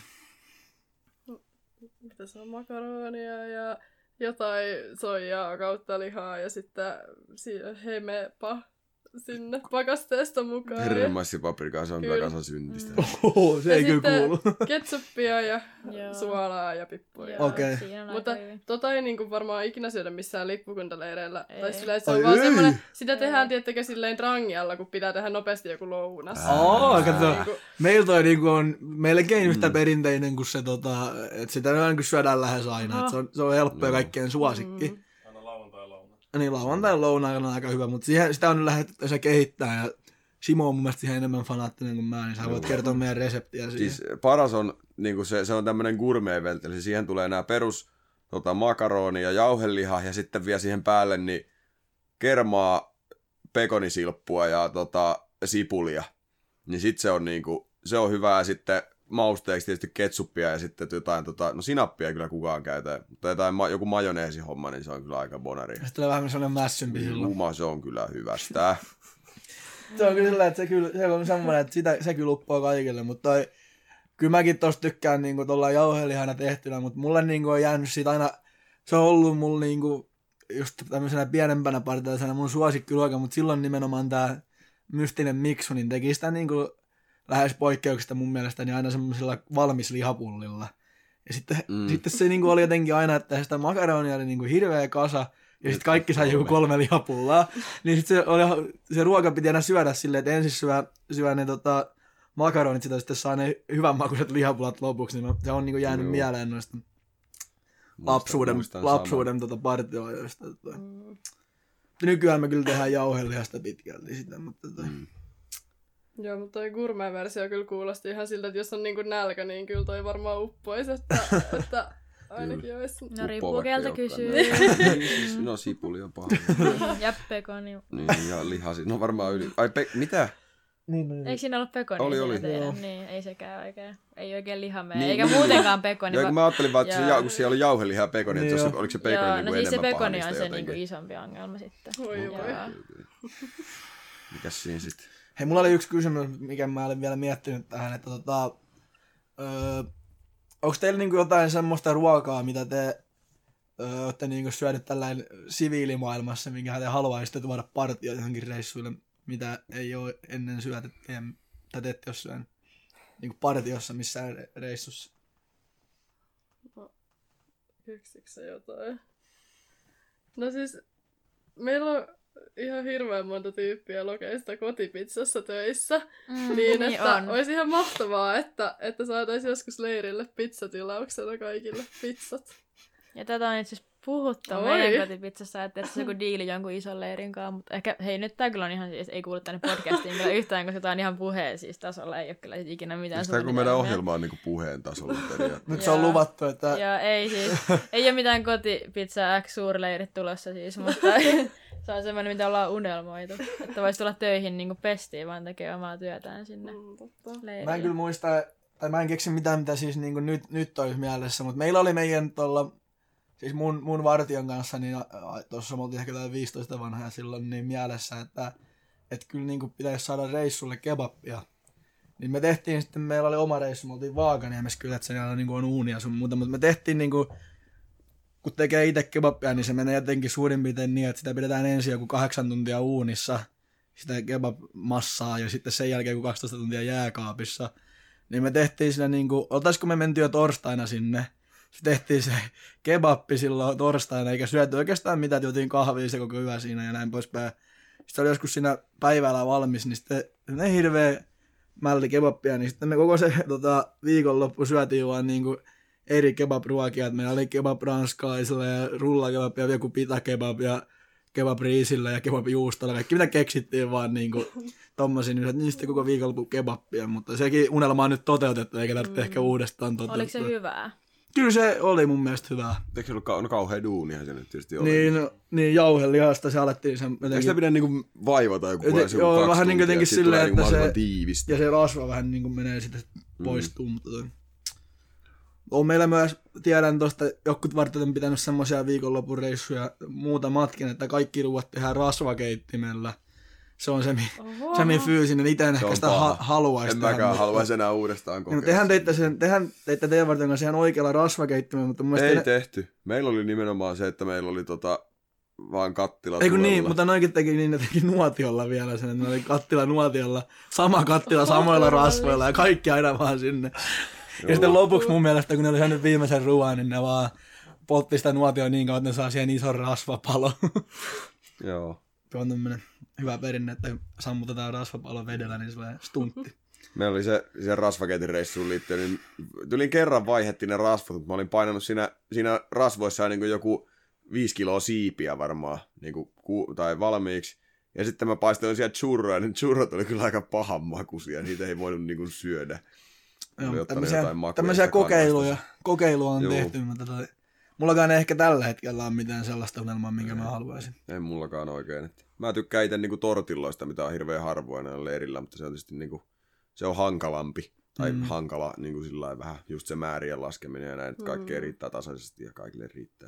Mitä se on, makaronia ja jotain soijaa kautta lihaa ja sitten si- hemepa sinne pakasteesta mukaan. ja- Herremaisipaprikaa, se on Kyllä. kyllä tasasyntistä. Oho, se ja ei kyllä sitten kuulu. ketsuppia ja Joo. suolaa ja pippuja. Joo, Okei. Siinä on Mutta aika hyvin. tota ei niinku varmaan ikinä syödä missään lippukuntaleireillä. Ei. Tai sillä, että se Ai on vaan ei. semmoinen, sitä Ei. tehdään tiettäkö silleen trangialla, kun pitää tehdä nopeasti joku lounas. Aa, kato. Niinku, Meillä toi niinku on melkein yhtä perinteinen kuin se, tota, että sitä niinku syödään lähes aina. Et se, on, se on helppo ja Joo. kaikkien suosikki. Mm. Niin lauantain lounaan on aika hyvä, mutta siihen, sitä on nyt lähdetty se kehittää ja Simo on mun mielestä siihen enemmän fanaattinen kuin mä, niin sä voit kertoa meidän reseptiä siihen. Siis paras on, niin se, se on tämmönen gourmet-veltti, eli siihen tulee nämä perus tota, makaroni ja jauheliha ja sitten vielä siihen päälle niin kermaa, pekonisilppua ja tota, sipulia. Niin sit se on, niinku, se on hyvää sitten mausteeksi tietysti ketsuppia ja sitten jotain, tota, no sinappia kyllä kukaan käytä, mutta jotain, joku majoneesihomma, niin se on kyllä aika bonari. Sitten tulee vähän sellainen mässympi silloin. Luma, se on kyllä hyvästä. Se on kyllä sellainen, että se, kyllä, se on semmoinen, että sitä, se kyllä uppoo kaikille, mutta toi, kyllä mäkin tosta tykkään niinku tuolla jauhelihana tehtynä, mutta mulle niinku on jäänyt siitä aina, se on ollut mulla niinku just tämmöisenä pienempänä partialaisena mun suosikkiruoka, mutta silloin nimenomaan tää mystinen miksu, niin teki sitä niinku lähes poikkeuksista mun mielestä niin aina semmoisella valmis lihapullilla. Ja sitten, mm. sitten se niinku oli jotenkin aina, että sitä makaronia oli niinku hirveä kasa, ja sitten kaikki sai joku kolme lihapullaa. Niin sitten se, oli, se ruoka piti aina syödä silleen, että ensin syö, syö ne tota, makaronit, sitä sitten saa ne hyvänmakuiset lihapullat lopuksi. Niin se on niinku jäänyt Joo. mieleen noista muistan, lapsuuden, muistan lapsuuden tota, partioajoista. Mm. Nykyään me kyllä tehdään jauhelihasta pitkälti sitä, mutta... Tota... Mm. Joo, mutta toi gourmet-versio kyllä kuulosti ihan siltä, että jos on niinku nälkä, niin kyllä toi varmaan uppoisi, että, että ainakin olisi. No riippuu keltä kysyy. No sipuli on paha. Ja pekoni. Niin, ja lihasi. No varmaan yli. Ai pe... Mitä? Niin, niin. Eikö siinä ollut pekoni? Oli, oli. Niin, ei sekään oikein. Ei oikein lihamea. Niin, eikä niin, muutenkaan pekoni. Joo, mä ajattelin vaan, että se, kun siellä oli jauheliha ja pekoni, niin että oliko se pekoni joo, niin no siis enemmän se pekoni paha on se niinku isompi ongelma sitten. Voi voi. Mikäs siinä sitten? Hei, mulla oli yksi kysymys, mikä mä olin vielä miettinyt tähän, että tota, öö, onko teillä niinku jotain semmoista ruokaa, mitä te öö, olette niinku syönyt tällainen siviilimaailmassa, minkä te haluaisitte tuoda partioon johonkin reissuille, mitä ei ole ennen syöty, tai te ette ole syönyt niinku partiossa missään reissussa? No, keksikö se jotain? No siis, meillä on ihan hirveän monta tyyppiä lokeista kotipizzassa töissä, mm, niin että niin olisi ihan mahtavaa, että, että saataisiin joskus leirille pizzatilauksena kaikille pizzat. Ja tätä on itse asiassa puhuttu Oi. meidän kotipizzassa, että se joku diili jonkun ison leirin kanssa, mutta ehkä, hei nyt tää kyllä on ihan, ei kuulu tänne podcastiin kyllä yhtään, koska tää on ihan puheen siis tasolla, ei ole kyllä ikinä mitään suunnitelmia. Sitä kun meidän ohjelma on niinku puheen tasolla periaatteessa. Nyt se on luvattu, että... Joo, ei siis, ei ole mitään kotipizza X suurleirit tulossa siis, mutta se on semmoinen, mitä ollaan unelmoitu, että voisi tulla töihin niinku pestiin, vaan tekee omaa työtään sinne leirille. Mä en kyllä muista, tai mä en keksi mitään, mitä siis niinku nyt, nyt olisi mielessä, mutta meillä oli meidän tuolla... Siis mun, mun vartion kanssa, niin tuossa me oltiin ehkä viisitoista vanhaa silloin niin mielessä, että et kyllä niin pitäisi saada reissulle kebappia. Niin me tehtiin sitten, meillä oli oma reissu, me oltiin Vaakaniemessä kyllä, että siellä niin on uunia sun muuta, mutta me tehtiin niin kuin, kun tekee itse kebappia, niin se menee jotenkin suurin piirtein niin, että sitä pidetään ensin joku kahdeksan tuntia uunissa, sitä kebab-massaa ja sitten sen jälkeen joku kaksitoista tuntia jääkaapissa. Niin me tehtiin siinä niin kuin, oltaisiko me menty jo torstaina sinne, se tehtiin se kebappi silloin torstaina, eikä syöty oikeastaan mitään, juotiin kahvia se koko hyvä siinä ja näin poispäin. Sitten oli joskus siinä päivällä valmis, niin sitten ne hirveä mälli kebappia, niin sitten me koko se tota, viikonloppu syötiin vaan niinku eri kebab-ruokia, että meillä oli kebab ranskalaisilla ja rullakebab ja joku pitakebab ja kebab riisillä ja kebab juustolla, kaikki mitä keksittiin vaan niinku tommosia, niin niin sitten koko viikonloppu kebappia, mutta sekin unelma on nyt toteutettu, eikä tarvitse mm. ehkä uudestaan toteuttaa. Oliko se hyvää? Kyllä se oli mun mielestä hyvää. Eikö se ollut kau- no, kauhean duunihan se nyt tietysti oli? Niin, no, niin jauhelihasta se alettiin sen jotenkin... Eikö sitä pidä niinku vaivata joku puolella joku joo, kaksi vähän niin jotenkin silleen, että se... tiivistä. Ja se rasva vähän niin kuin menee sitten poistuu, mm. mutta toi... On meillä myös, tiedän tuosta, jokut vartot on pitänyt semmoisia viikonlopun reissuja muuta matkin, että kaikki ruuat tehdään rasvakeittimellä. Se on se, se mihin fyysinen. Itse en ehkä sitä ha- haluaisi. En mäkään mutta... haluaisi enää uudestaan kokeilla. No, tehän teitte, sen, tehän teitte teidän varten kanssa ihan oikealla rasvakeittimellä, mutta mun ei ne... tehty. Meillä oli nimenomaan se, että meillä oli tota, vaan kattila ei kun niin, mutta noikin teki niin, ne teki nuotiolla vielä sen, että ne oli kattila nuotiolla, sama kattila samoilla rasvoilla ja kaikki aina vaan sinne. Ja sitten lopuksi mun mielestä, kun ne oli syönyt viimeisen ruoan, niin ne vaan poltti sitä nuotioa niin kauan, että ne saa siihen ison rasvapalon. Joo. Tuo on tämmönen hyvä perinne, että sammutetaan rasvapalo vedellä, niin se on stuntti. Meillä oli se, se rasvakeitin reissuun liittyen, niin tylin kerran vaihettiin ne rasvat, mutta mä olin painanut siinä, siinä rasvoissa niin kuin joku viisi kiloa siipiä varmaan, niin kuin, ku, tai valmiiksi. Ja sitten mä paistelin siellä churroja, niin churrot oli kyllä aika pahan makuisia, niitä ei voinut niin kuin syödä. Joo, tämmöisiä tämmöisiä kokeiluja, kokeiluja on Juu. tehty, mutta toi, mullakaan ei ehkä tällä hetkellä ole mitään sellaista unelmaa, minkä ei, mä haluaisin. Ei mullakaan oikein. Mä tykkään itse niinku tortilloista, mitä on hirveän harvoin näillä leirillä, mutta se on tietysti niinku, se on hankalampi. Tai mm. hankala niinku sillain vähän just se määrien laskeminen ja näin, että kaikkea mm. riittää tasaisesti ja kaikille riittää.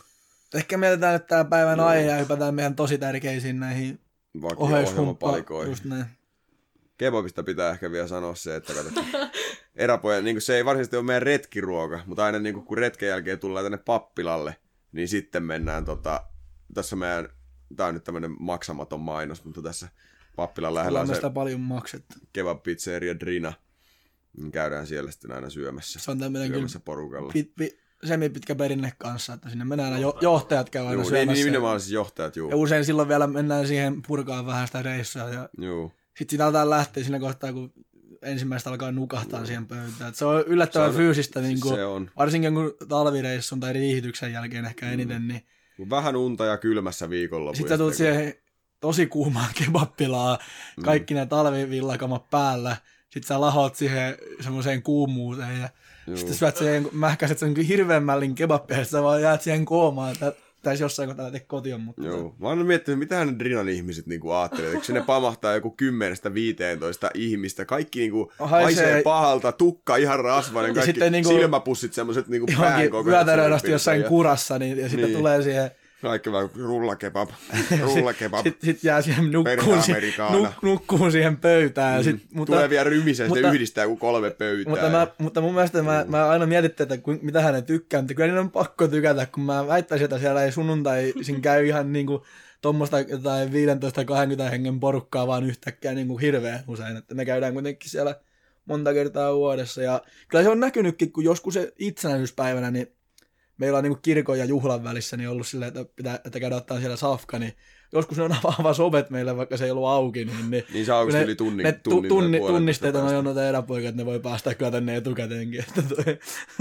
Ehkä mietitään nyt tää päivän no. aihe ja hypätään meidän tosi tärkeisiin näihin ohjelmapalikoihin. Just näin. Kebabista pitää ehkä vielä sanoa se, että kato, eräpoja, niin se ei varsinaisesti ole meidän retkiruoka, mutta aina niin kun retken jälkeen tullaan tänne pappilalle, niin sitten mennään, tota, tässä meidän, tää on nyt tämmönen maksamaton mainos, mutta tässä pappilan lähellä on se paljon maksettu. Kebab-pizzeria Drina, niin käydään siellä sitten aina syömässä, se on syömässä porukalla. Pi, pi, semipitkä perinne kanssa, että sinne mennään aina jo, johtajat käy aina juu, syömässä. Niin, nimenomaan siis johtajat, juu. Ja usein silloin vielä mennään siihen purkaan vähän sitä reissua ja juu. Sitten siitä aletaan lähteä siinä kohtaa, kun ensimmäistä alkaa nukahtaa no. siihen pöytään. Et se on yllättävän se on, fyysistä, niin kuin, se on. Varsinkin kun talvireissun tai riihityksen jälkeen ehkä eniten. Mm. Niin, vähän unta ja kylmässä viikonloppu. Sitten tulet siihen tosi kuumaan kebappilaan, kaikki mm. ne talvivillakamat päällä. Sitten sä lahot siihen semmoiseen kuumuuteen ja Juu. sitten syöt siihen, mähkäiset sen hirveän mällin kebappia ja sä vaan jäät siihen koomaan. Taisi jossain kohtaa tehdä kotiin, mutta... Joo. Mä oon miettinyt, mitä ne Drinan ihmiset niinku ajattelevat. Eikö ne pamahtaa joku kymmenestä viiteentoista ihmistä? Kaikki niinku haisee, haisee pahalta, tukka ihan rasvainen, kaikki niinku, silmäpussit semmoset niinku pään koko ajan. Yötäröydästi jossain ja... kurassa, niin, ja sitten niin. tulee siihen... Kaikki vaan rullakebab, rullakebab. Sitten sit jää siihen nukkuun, nuk, nukkuun siihen pöytään. Mm. Sit, mutta, tulee vielä rymiseen, sitten yhdistää kuin kolme pöytää. Mutta, mä, mutta mun mielestä mm. mä, mä aina mietin, että mitä hän tykkää, mutta kyllä niin on pakko tykätä, kun mä väittäisin, että siellä ei sunnuntaisin käy ihan niinku tuommoista jotain viisitoista kaksikymmentä hengen porukkaa vaan yhtäkkiä niinku hirveän usein. Että me käydään kuitenkin siellä monta kertaa vuodessa. Ja kyllä se on näkynytkin, kun joskus se itsenäisyyspäivänä, niin meillä on niin kirkon ja juhlan välissä niin ollut silleen, että, pitää, että käydään ottaa siellä safka, niin joskus ne on avaa sovet meille, vaikka se ei ollut auki. Niin, niin, niin se auki yli tunnin. Ne tunnin, tunni, tunnisteet on jo noita eräpoikat, että ne voi päästä kyllä tänne etukäteenkin. Että toi.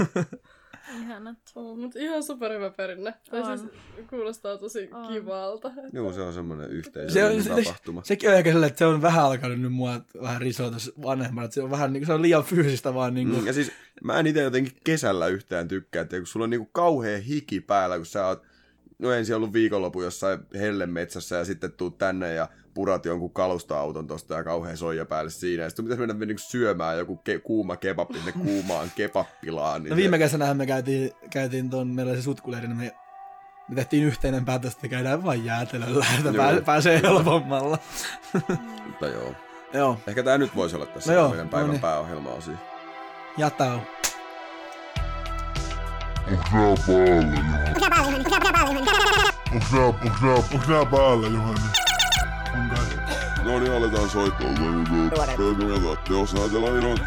Ihanat. Oh, mutta ihan superhyvä perinne. Tai siis kuulostaa tosi on. kivalta. Joo, se on semmoinen yhteisöllinen se, tapahtuma. Se, sekin on ehkä sellainen, että se on vähän alkanut nyt mua vähän risota vanhemmalla. Se on vähän niin kuin, se on liian fyysistä vaan niin kuin. Mm, ja siis mä en itse jotenkin kesällä yhtään tykkää, että kun sulla on niin kuin kauhea hiki päällä, kun sä oot no ensin ollut viikonloppu jossain hellemetsässä ja sitten tuut tänne ja purat jonkun kalusta-auton tosta ja kauhean soija päälle siinä. Ja sitten pitäisi mennä syömään joku ke- kuuma kebab sinne kuumaan kebappilaan. Niin no viime kesänähän me käytiin, käytiin tuon, meillä oli se sutkuleiri, niin me, me tehtiin yhteinen päätös, että käydään vain jäätelöllä, että pää, pääsee helpommalla. Mutta joo. joo. Ehkä tää nyt voisi olla tässä no joo, meidän päivän no niin. pääohjelma-osia. Jatau. Onks nää päällä, Juhani? Onks nää, onks nää, onks nää päällä, Juhani? On kai. No niin, aletaan soittaa. Jos ajatellaan, niin on.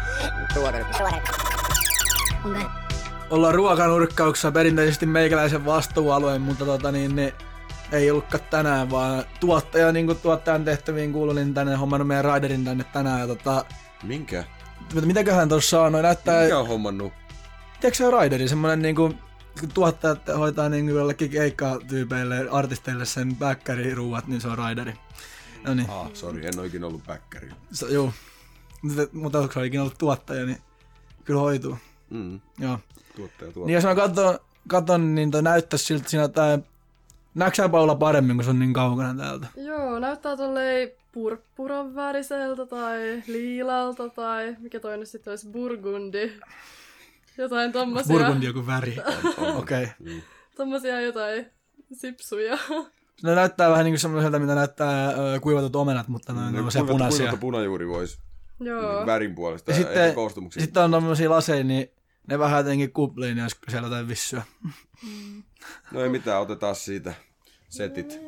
Ollaan ruokanurkkauksessa perinteisesti meikäläisen vastuualueen, mutta tota niin, ne ei ollutkaan tänään, vaan tuottaja, niin kuin tuottajan tehtäviin kuului, niin tänne hommannut meidän Raiderin tänne tänään. Ja tota, minkä? Mitäköhän tuossa on? No, näyttää... Mikä on hommannut? Tiedätkö se on Raideri, semmonen niinku, kun tuottajat hoitaa niinku jollekin keikkatyypeille, artisteille sen bäkkäriruuat, niin se on Raideri. No niin. Ah, sori, en ole ikinä ollut bäkkäri. So, joo, mutta onko se ikinä ollut tuottaja, niin kyllä hoituu. Mm. Joo. Tuottaja, tuottaja. Niin jos mä katon, katon niin toi näyttäisi siltä siinä tää, näetkö sä Paula paremmin, kun se on niin kaukana täältä? Joo, näyttää tolleen purppuran väriseltä tai liilalta tai mikä toinen sitten olisi burgundi. Jotain tommosia... Burgundi joku väri. Okei. Okay. Mm. Tommosia jotain sipsuja. Ne näyttää vähän niinku semmoiselta, mitä näyttää ö, kuivatut omenat, mutta ne on semmoisia punaisia. Kuivattu punajuuri voisi Joo. värin puolesta. Ja sitten, sitten on tommosia laseja, niin ne vähän jotenkin kupliin, niin olisiko siellä jotain vissyä. Mm. No ei mitään, otetaan siitä setit.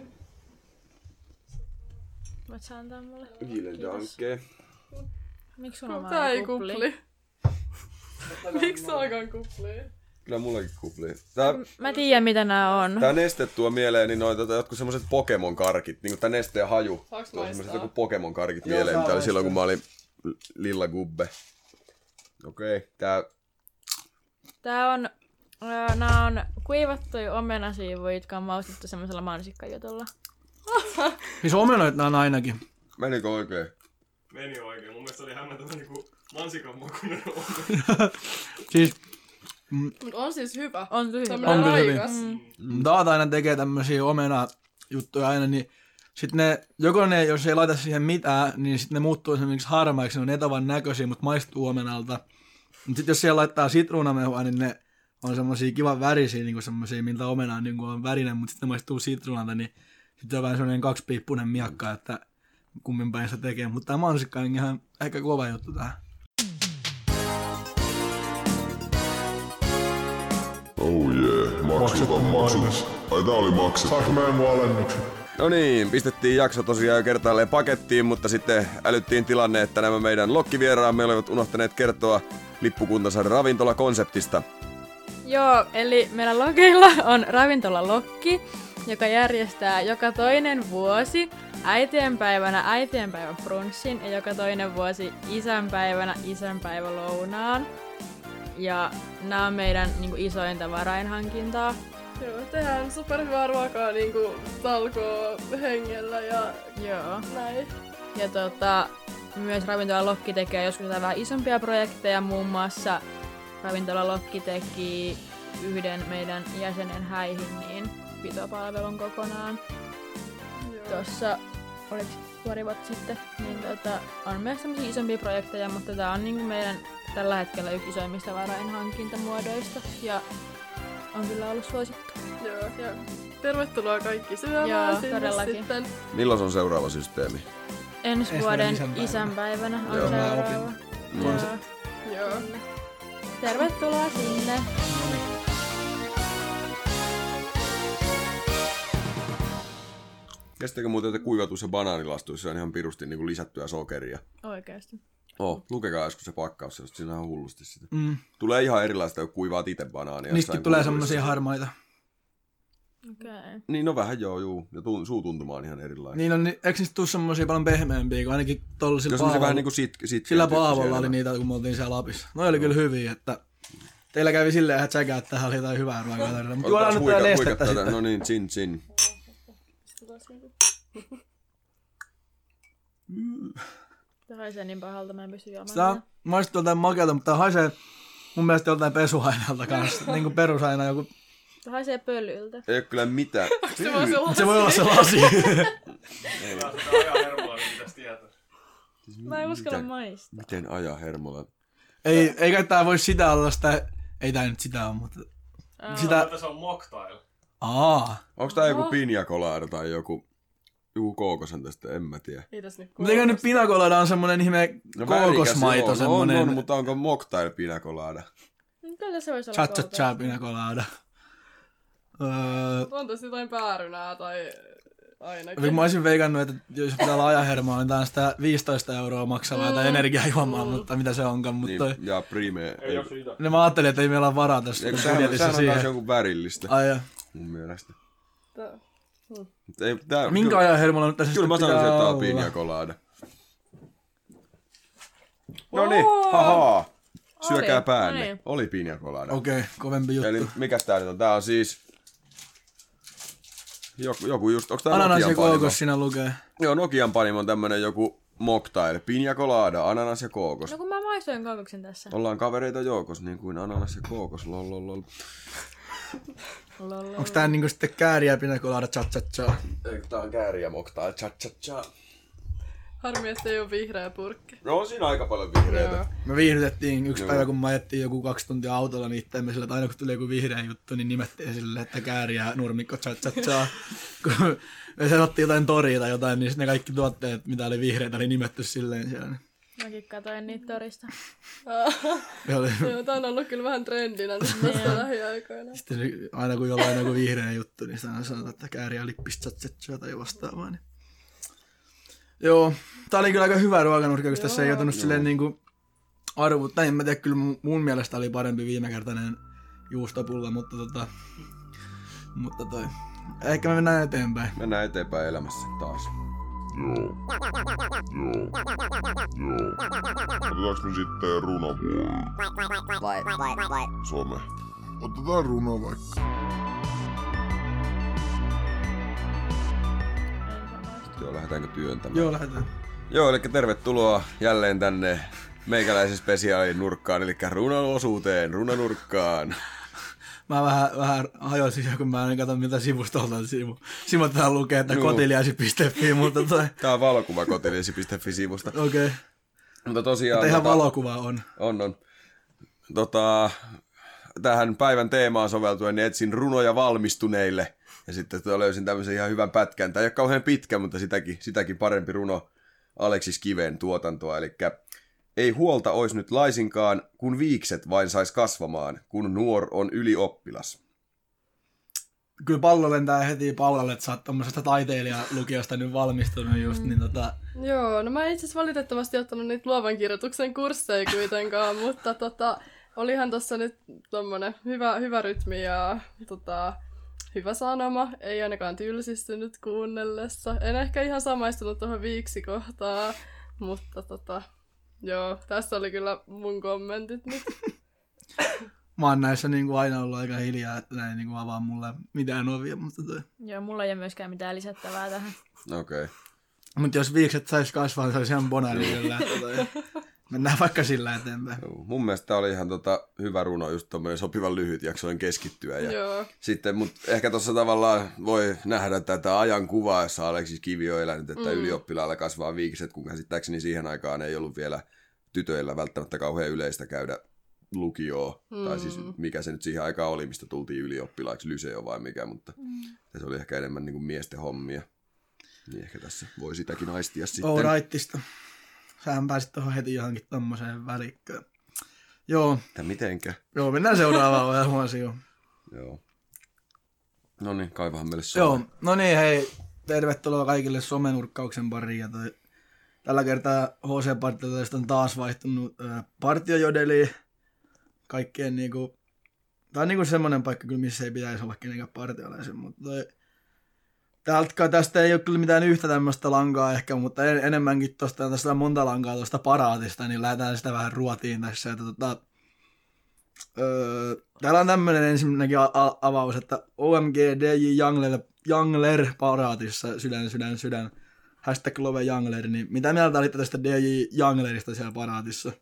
Voit sä antaa mulle? Viilen danke. Miksi sulla on Tää ei kupli? kupli? Miksi saakaan kuplii? Kyllä mullakin kuplii. Tää, mä tiedän mitä nää on. Tää Neste tuo mieleen niin noita jotkut semmoset Pokemon-karkit. Niinku tää Nesteen haju. Saaks tuo semmoset joku Pokemon-karkit Joo, mieleen. Mitä oli silloin kun mä olin Lilla Gubbe. Okei, okay, tää... Tää on Öö, nää on kuivattuja omenasiivuja, jotka on maustettu semmoisella mansikkajutulla. Siis omenoit nää on ainakin. Menikö oikein? Meni oikein. Mun mielestä oli hämmentävä niinku mansikan makuinen omena. Siis Mut on siis hyvä. On tosi Se on hyvä. On kyllä hyvin. raikas. Mm. taat aina tekee tämmösiä omena-juttuja aina, niin sit ne, joko ne, jos ei laita siihen mitään, niin sit ne muuttuu esimerkiksi harmaiksi, ne on etavan näköisiä, mutta maistuu omenalta. Mut sit jos siellä laittaa sitruunamehua, niin ne on semmosia kivan värisiä, niinku semmosia, miltä omena on, niinku on värinen, mutta sitten ne maistuu sitruunalta, niin sit on vähän semmonen kaksipiippunen miakka, että kummin päin sitä tekee. Mutta tää mansikka on ihan ehkä kova juttu tää. Oh yeah, maksuta maksuta. Ai tää oli maksettu. Saanko mä mun alennuksen? No niin, pistettiin jakso tosiaan jo kertaalleen pakettiin, mutta sitten älyttiin tilanne, että nämä meidän lokkivieraamme olivat unohtaneet kertoa lippukuntansa ravintolakonseptista. Joo, eli meillä Lokeilla on ravintola Lokki, joka järjestää joka toinen vuosi äitienpäivänä äitienpäivän brunssin ja joka toinen vuosi isänpäivänä isänpäivälounaan. Ja nämä on meidän niinku, isointa varainhankintaa. Joo, tehdään superhyvää ruokaa niinku talkoo hengellä ja Joo. näin. Ja tota, myös Ravintola Lokki tekee joskus jotain vähän isompia projekteja, muun muassa Ravintola Lokki teki yhden meidän jäsenen häihin niin pitopalvelun kokonaan. Joo. Tuossa, oliko pari vuotta sitten, niin tota, on myös sellaisia isompia projekteja, mutta tää on niinku meidän tällä hetkellä yksi isoimmista varainhankintamuodoista ja on kyllä ollut suosittu. Joo, ja tervetuloa kaikki syömään Joo, sinne todellakin. sitten. Milloin on seuraava systeemi? Ensi Ensi vuoden isänpäivänä. isänpäivänä on Joo. seuraava. Joo. Joo. Tervetuloa sinne. Kestääkö muuten, että kuivatuissa banaanilastuissa on ihan pirusti niin kuin lisättyä sokeria? Oikeesti. Oh, lukekaa joskus se pakkaus, se siinä on hullusti sitä. Mm. Tulee ihan erilaista, kun kuivaat itse banaania. Niistä jossain tulee kuivuissa. semmosia harmaita. Okei. Okay. Niin, no vähän joo, juu. Ja tu- suutuntuma on ihan erilainen. Niin on, eikö niistä tuu semmosia paljon pehmeämpiä, kun ainakin tollasilla Jos on se vähän paavoilla, niinku sit, sit, sillä paavolla oli niitä, kun me oltiin siellä Lapissa. No oli kyllä hyviä, että teillä kävi silleen ihan tsäkää, että tähän oli jotain hyvää ruokaa tarjolla. Mutta juodaan nyt tää nestettä sitten. No niin, chin chin. Tämä haisee niin pahalta, mä en pysty juomaan. Sitä tätä. maistuu joltain makealta, mutta tää haisee mun mielestä joltain pesuaineelta kanssa. Niinku perusaina joku. Tämä haisee pölyltä. Ei oo kyllä mitään. Se voi olla Se voi olla se lasi. Tää on sitä ajan hermoa, niin pitäis tietää. Mä en uskalla Miten- maistaa. Miten ajaa hermolla? ei, ei kai tää voi sitä olla sitä. Ei tää nyt sitä ole, mutta. Aa. Sitä. Tässä on mocktail. Aa. Onks tää joku Oho. piña colada tai joku... Joku kookosen tästä, en mä tiedä. Ei tässä nyt Mitenkö nyt pina colada on semmonen ihme No värikäs kookosmaito, joo, no semmonen. on, on, mutta onko mocktail piña colada? Kyllä se voisi olla Cha cha koukussa. cha pina colada. Öö, On tässä jotain päärynää tai ainakin. Eli mä olisin veikannut, että jos pitää olla ajahermoa, niin tää on sitä viisitoista euroa maksavaa mm. tai energiajuomaa, mutta mitä se onkaan. Mutta Niin, toi, ja prime... Ei Ei, oo siitä. ne mä ajattelin, että ei meillä ole varaa tässä eikö sehän, budjetissa sehän on taas siihen. jonkun värillistä, Ai ja. mun mielestä. Tää- Mut ei, tää, Minkä kyllä, ajahermolla nyt tässä Kyllä mä sitten sanoisin, että pitää tää on olla? piña colada. No niin, haha. Syökää Oli, päänne. no niin. Oli piña colada. Okei, okay, kovempi juttu. Eli mikäs tää nyt on? Tää on siis... Joku, joku just... Onks tää Ananas ja Nokian panimo? kookos siinä lukee. Joo, Nokian panimo on tämmönen joku mocktail. Piña colada, ananas ja kookos. No kun mä maistoin kookoksen tässä. Ollaan kavereita joukos, niin kuin ananas ja kookos. Lol, lol, lol. Lol. Onks tää niinku sitten kääriä pina colada cha cha cha? Eikö tää on kääriä mocktail? Cha cha cha. Harmi, että ei oo vihreä purkki. No on siinä aika paljon vihreitä. Joo. Me viihdytettiin yksi Joo. päivä, kun me ajettiin joku kaksi tuntia autolla, niin itteemme sillä, että aina kun tuli joku vihreä juttu, niin nimettiin sille, että kääriä nurmikko cha cha cha. Kun me sanottiin jotain toria tai jotain, niin sitten ne kaikki tuotteet, mitä oli vihreitä, oli nimetty silleen siellä. Niin Mäkin katoin niitä torista. se oli, Joo, tää on ollut kyllä vähän trendinä nyt tässä lähiaikoina. sitten se, aina kun jollain on joku vihreä juttu, niin sitä aina sanotaan, että kääriä lippis cha cha cha tai vastaavaa. Niin. Joo, tää oli kyllä aika hyvä ruokanurkka, koska tässä ei joutunut silleen niinku arvuttaa. En mä tiedä, kyllä mun, mun mielestä oli parempi viimekertainen juustopulla, mutta tota... Mutta toi... Ehkä me mennään eteenpäin. Mennään eteenpäin elämässä taas. Joo. Joo. Joo. Otetaanko me sitten runopuoli? Vai, vai, vai. Some. Otetaan runo vaikka. Joo, lähdetäänkö työntämään? Joo, lähdetään. Joo, eli tervetuloa jälleen tänne meikäläisen spesiaalin nurkkaan, eli runon osuuteen, runonurkkaan. Mä vähän, vähän hajoisin jo, kun mä en katso miltä sivustolta sivu. Sivutetaan lukee, että kotiliasi piste fi, mutta toi... Tää on valokuva kotiliasi piste fi-sivusta. Okei. Okay. Mutta tosiaan... Mutta ihan tota, valokuva on. On, on. Tota, tähän päivän teemaan soveltuen niin etsin runoja valmistuneille. Ja sitten tota löysin tämmöisen ihan hyvän pätkän. Tämä ei ole kauhean pitkä, mutta sitäkin, sitäkin parempi runo Aleksis Kiven tuotantoa. Eli ei huolta ois nyt laisinkaan, kun viikset vain sais kasvamaan, kun nuor on ylioppilas. Kyllä pallo lentää heti Paulalle, että sä oot tommosesta taiteilijalukiosta nyt valmistunut just, niin tota... Joo, no mä en itse asiassa valitettavasti ottanut niitä luovan kirjoituksen kursseja kuitenkaan, mutta tota, olihan tossa nyt tommonen hyvä, hyvä rytmi ja tota, hyvä sanoma, ei ainakaan tylsistynyt kuunnellessa. En ehkä ihan samaistunut tuohon viiksikohtaan, mutta tota, joo, tässä oli kyllä mun kommentit nyt. Mä oon näissä niin kuin aina ollut aika hiljaa, että näin niin kuin avaa mulle mitään ovia, mutta toi... Joo, mulla ei ole myöskään mitään lisättävää tähän. Okei. Okay. Mutta jos viikset sais kasvaa, niin se olisi ihan bonari kyllä. Mennään vaikka sillä eteenpäin. Joo, mun mielestä tää oli ihan tota hyvä runo, just tommonen sopivan lyhyt, jaksoin keskittyä. Ja Joo. sitten, mut ehkä tuossa tavallaan voi nähdä tätä ajankuvaa, jossa Aleksis Kivi on elänyt, että mm. ylioppilaalla kasvaa viikset, kun käsittääkseni siihen aikaan ei ollut vielä tytöillä välttämättä kauhean yleistä käydä lukioon. Mm. Tai siis mikä se nyt siihen aikaan oli, mistä tultiin ylioppilaaksi, lyseo vai mikä, mutta mm. se oli ehkä enemmän niin kuin miesten hommia. Niin ehkä tässä voi sitäkin aistia sitten. Oh, rightista. Sähän pääsit tuohon heti johonkin tommoseen välikköön. Joo. Että mitenkä? Joo, mennään seuraavaan ohjelmaansioon. Joo. No niin, kaivahan meille some. Joo, no niin, hei. Tervetuloa kaikille somenurkkauksen pariin. Ja toi, tällä kertaa H C-partiota on taas vaihtunut äh, partiojodeliin. Kaikkien niinku... Tää on niinku semmonen paikka kyllä, missä ei pitäisi olla kenenkään partiolaisen, mutta toi... Täältä, tästä ei ole kyllä mitään yhtä tämmöistä lankaa ehkä, mutta en, enemmänkin tuosta, tästä on monta lankaa tuosta paraatista, niin lähdetään sitä vähän ruotiin tässä. Että, tota, öö, täällä on tämmöinen ensimmäinenkin a- a- avaus, että O M G D J Jangler, Jangler paraatissa, sydän, sydän, sydän, hashtag love Jangler, niin mitä mieltä olitte tästä D J Janglerista siellä paraatissa?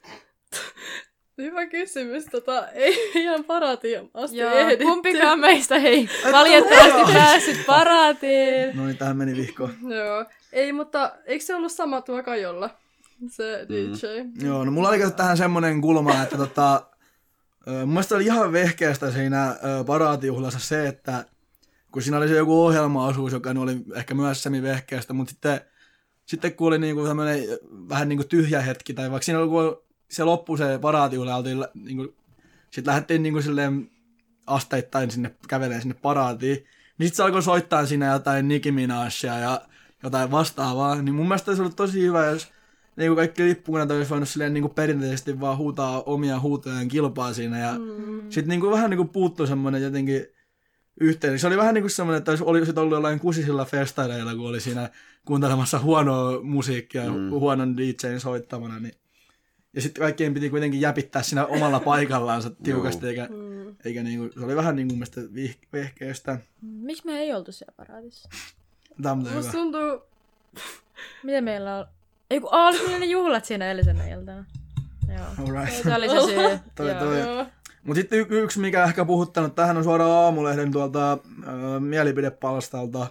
Hyvä kysymys. Tota, ei ihan paraatiin asti Joo, ehditty. kumpikaan meistä ei valitettavasti päässyt paraatiin. No niin, tähän meni vihko. Joo. Ei, mutta eikö se ollut sama tuo Kajolla? Se D J. Mm. Joo, no mulla oli tähän semmonen kulma, että tota, mun mielestä oli ihan vehkeästä siinä paraatijuhlassa se, että kun siinä oli se joku ohjelma-osuus, joka oli ehkä myös semi-vehkeästä, mutta sitten, sitten kun oli niinku tämmönen vähän niinku tyhjä hetki, tai vaikka siinä oli se loppui se paraatijuhla, niin sitten lähdettiin niin silleen asteittain sinne kävelemään sinne paraatiin, niin sitten se alkoi soittaa siinä jotain Nicki Minajia ja jotain vastaavaa, niin mun mielestä olisi ollut tosi hyvä, jos niin kuin kaikki lippukunnat olisi voinut silleen niin kuin perinteisesti vaan huutaa omia huutojaan kilpaa siinä, ja mm. sitten niin kuin vähän niin kuin puuttui semmoinen jotenkin yhteen. Se oli vähän niin kuin semmoinen, että olisi ollut jollain kusisilla festaileilla, kun oli siinä kuuntelemassa huonoa musiikkia mm. huonon D J:n soittamana, niin ja sitten kaikkien piti kuitenkin jäpittää siinä omalla paikallaansa tiukasti, eikä, mm. eikä niinku, se oli vähän niin kuin mielestä vih- vehkeästä. Miksi me ei oltu siellä paraatissa? Tämä on hyvä. Musta tuntuu... Miten meillä on... Ei kun, aah, oliko ne juhlat siinä eilisenä iltana? Joo. Alright. Se oli se syy. toi, Joo. toi. Mut sitten y- yksi, mikä ehkä puhuttanut, tähän on suoraan Aamulehden tuolta äh, mielipidepalstalta.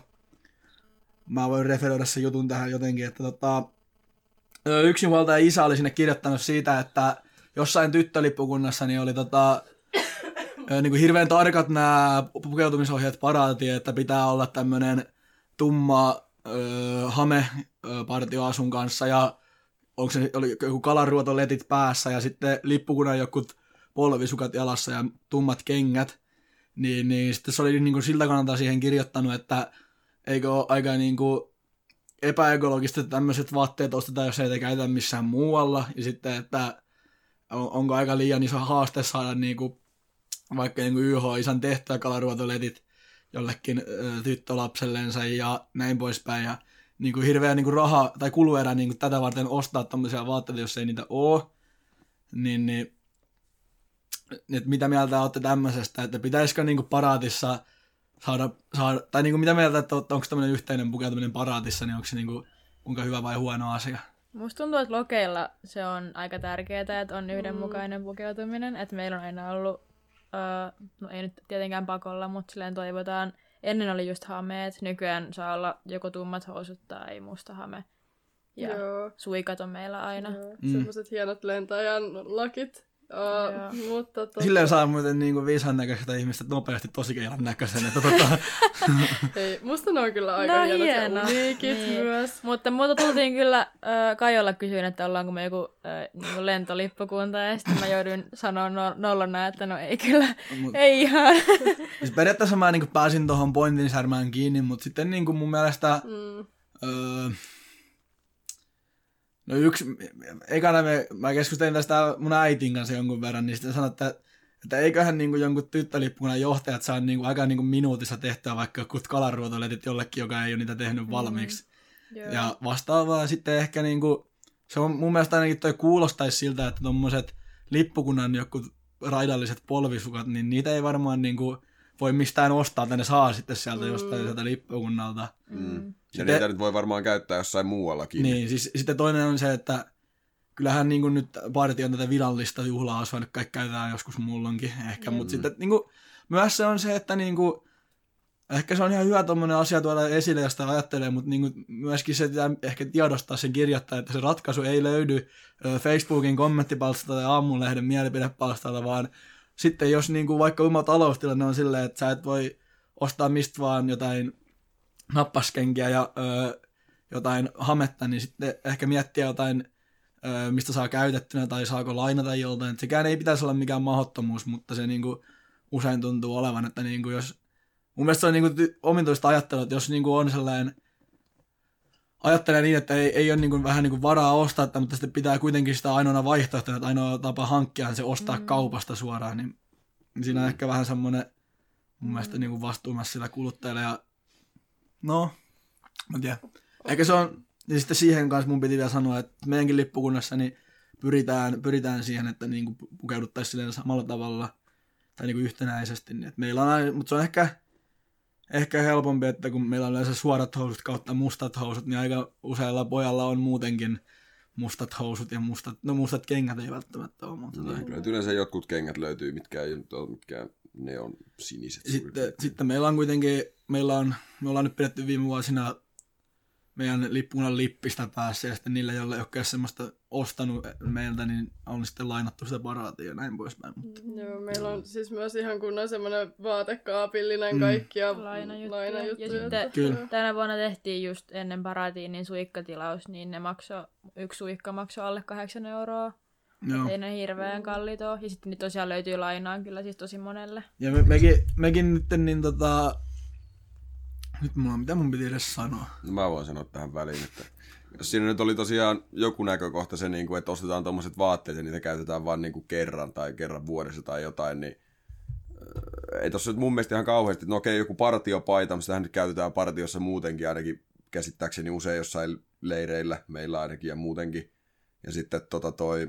Mä voin referoida sen jutun tähän jotenkin, että tota... yksinhuoltaja isä oli sinne kirjoittanut siitä, että jossain tyttölippukunnassa niin oli tota, niin kuin hirveän tarkat nämä pukeutumisohjeet paraatiin, että pitää olla tämmöinen tumma ö, hame ö, partioasun kanssa ja onko se oli joku kalaruotoletit päässä ja sitten lippukunnan jokut polvisukat jalassa ja tummat kengät, niin, niin sitten se oli niin kuin siltä kannalta siihen kirjoittanut, että eikö ole aika niin kuin epäekologista tämmöiset vaatteet ostetaan, jos ei te käytä missään muualla. Ja sitten, että on, onko aika liian iso haaste saada niinku, vaikka niinku Y H-isän tehtyä kalaruotoletit jollekin ö, tyttölapsellensa ja näin poispäin. Ja niinku hirveä niinku raha tai kuluerä niinku tätä varten ostaa tämmöisiä vaatteita, jos ei niitä ole. Niin, niin että mitä mieltä olette tämmöisestä, että pitäisikö niinku paraatissa saada, saada tai niinku mitä mieltä, että onko tämmöinen yhteinen pukeutuminen paraatissa, niin onko se niinku, kuinka hyvä vai huono asia? Musta tuntuu, että lokeilla se on aika tärkeää, että on yhdenmukainen mm. pukeutuminen. Että meillä on aina ollut, uh, no ei nyt tietenkään pakolla, mutta silleen toivotaan. Ennen oli just hameet, nykyään saa olla joko tummat housut tai musta hame. Ja Joo. suikat on meillä aina. Mm. Sellaiset hienot lentäjän lakit. Uh, mutta tota... Silleen saa muuten niinku viisan näköistä ihmistä nopeasti tosi keilan näköisen. Että tota... Ei, musta ne on kyllä aika no, hienot hieno. ja uniikit niin. myös. Mutta muuta tultiin kyllä äh, Kajolla kysyin, että ollaanko me joku äh, niinku lentolippukunta. Ja sitten mä jouduin sanoa no, nollona, että no ei kyllä, Mut... ei ihan. Siis periaatteessa mä niinku pääsin tuohon pointin särmään kiinni, mutta sitten niinku mun mielestä... Mm. Öö, No yksi, ekana me, mä keskustelin tästä mun äitin kanssa jonkun verran, niin sitten sanoin, että, että eiköhän niin kuin jonkun tyttölippukunnan johtajat saa niin kuin aika niin kuin minuutissa tehtyä vaikka jotkut kalaruotoletit jollekin, joka ei ole niitä tehnyt valmiiksi. Mm, yeah. Ja vastaavaa sitten ehkä, niin kuin, se on mun mielestä ainakin toi kuulostaisi siltä, että tommoset lippukunnan jotkut raidalliset polvisukat, niin niitä ei varmaan niin kuin voi mistään ostaa, että ne saa sitten sieltä mm. jostain sieltä lippukunnalta. Mm. Ja sitten, niitä nyt voi varmaan käyttää jossain muuallakin. Niin, siis sitten toinen on se, että kyllähän niin kuin nyt partion tätä virallista juhlaa nyt kaikki käytetään joskus mullonkin ehkä, mm. mutta sitten niin kuin, myös se on se, että niin kuin, ehkä se on ihan hyvä tommoinen asia tuoda esille, jos sitä ajattelee, mutta niin kuin, myöskin se pitää ehkä tiedostaa sen kirjoittaa, että se ratkaisu ei löydy Facebookin kommenttipalstalta tai Aamulehden mielipidepalstalta, vaan sitten jos niin kuin, vaikka oma taloustilanne on silleen, että sä et voi ostaa mistä vaan jotain nappaskenkiä ja ö, jotain hametta, niin sitten ehkä miettiä jotain, ö, mistä saa käytettynä tai saako lainata joltain. Et sekään ei pitäisi olla mikään mahdottomuus, mutta se niinku usein tuntuu olevan, että niinku jos... Mun mielestä se on niinku ty- omituista ajattelua, että jos niinku on sellainen... Ajattelee niin, että ei, ei ole niinku vähän niinku varaa ostaa, mutta sitten pitää kuitenkin sitä ainoana vaihtoehtona, että ainoa tapa hankkia se ostaa mm. kaupasta suoraan, niin siinä on ehkä vähän semmoinen mun mielestä niinku vastuumassa sillä kuluttajalle ja no, mä tiedän. Ehkä se on, niin sitten siihen kanssa mun piti vielä sanoa, että meidänkin lippukunnassa niin pyritään, pyritään siihen, että niinku pukeuduttaisiin silleen samalla tavalla tai niinku yhtenäisesti. Niin että meillä on aina, mutta se on ehkä, ehkä helpompi, että kun meillä on yleensä suorat housut kautta mustat housut, niin aika useilla pojalla on muutenkin mustat housut ja mustat, no mustat kengät ei välttämättä ole. Mutta niin, kyllä yleensä jotkut kengät löytyy, mitkä ei ole mitkään, ne on siniset. Sitten, sitten meillä on kuitenkin, meillä on, me ollaan nyt pidetty viime vuosina meidän lippukunnan lippistä päässä, ja sitten niillä, joilla ei ole semmoista ostanut meiltä, niin on sitten lainattu sitä paraatia ja näin poispäin. Mutta... Joo, meillä on siis myös ihan kunnon semmoinen vaatekaapillinen mm. kaikki ja lainajuttuja. lainajuttuja. Ja sitten Kyllä. tänä vuonna tehtiin just ennen paraatiin niin suikkatilaus, niin ne maksoi, yksi suikka maksoi alle kahdeksan euroa. Ei ne hirveän kalliita ole. Ja sitten niin tosiaan löytyy lainaa kyllä siis tosi monelle. Ja me, mekin, mekin nyt niin tota... Nyt mulla on, mitä mun piti edes sanoa? No mä voin sanoa tähän väliin, että jos siinä nyt oli tosiaan joku näkökohta se, että ostetaan tommoset vaatteet ja niitä käytetään vaan niinku kerran tai kerran vuodessa tai jotain, niin ei tossa nyt mun mielestä ihan kauheasti, että no okei, joku partiopaita, mutta sitähän nyt käytetään partiossa muutenkin, ainakin käsittääkseni usein jossain leireillä, meillä ainakin ja muutenkin. Ja sitten tota toi,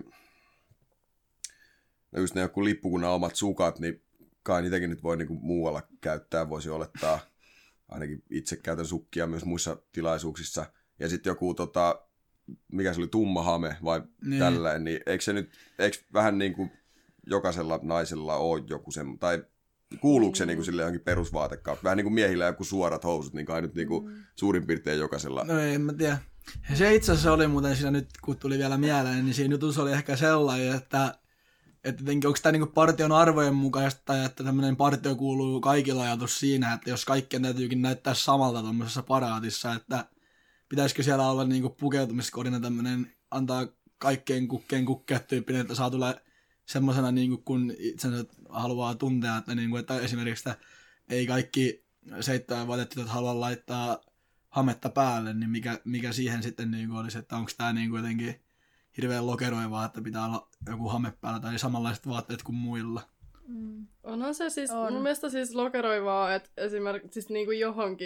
no just ne joku lippukunnan omat sukat, niin kai niitäkin nyt voi niinku muualla käyttää, voisi olettaa. Ainakin itse käytän sukkia myös muissa tilaisuuksissa. Ja sitten joku, tota, mikä se oli, tumma hame vai niin. Tällainen, niin eikö se nyt, eikö vähän niin kuin jokaisella naisella ole joku sen, tai kuuluuko se niin kuin sille johonkin perusvaatekaappiin? Vähän niin kuin miehillä joku suorat housut, niin kai nyt niin kuin suurin piirtein jokaisella. No en mä tiedä. Se itse asiassa oli muuten siinä nyt, kun tuli vielä mieleen, niin siinä jutussa oli ehkä sellainen, että että onko tämä niinku partion arvojen mukaista, tai että tämmöinen partio kuuluu kaikilla ajatus siinä, että jos kaikkien täytyykin näyttää samalta tuommoisessa paraatissa, että pitäisikö siellä olla niinku pukeutumiskodina tämmöinen, antaa kaikkien kukkeen kukkeet tyyppinen, että saa tulla semmoisena niinku kun itsensä haluaa tuntea, että, niinku, että esimerkiksi että ei kaikki seitsemän vaatetytöt halua laittaa hametta päälle, niin mikä, mikä siihen sitten niinku olisi, että onko tämä niinku jotenkin hirveän lokeroivaa, että pitää olla joku hame päällä tai samanlaiset vaatteet kuin muilla. Mm. Onhan se siis, on. Mun mielestä siis lokeroivaa, että esimerkiksi siis niinku johonkin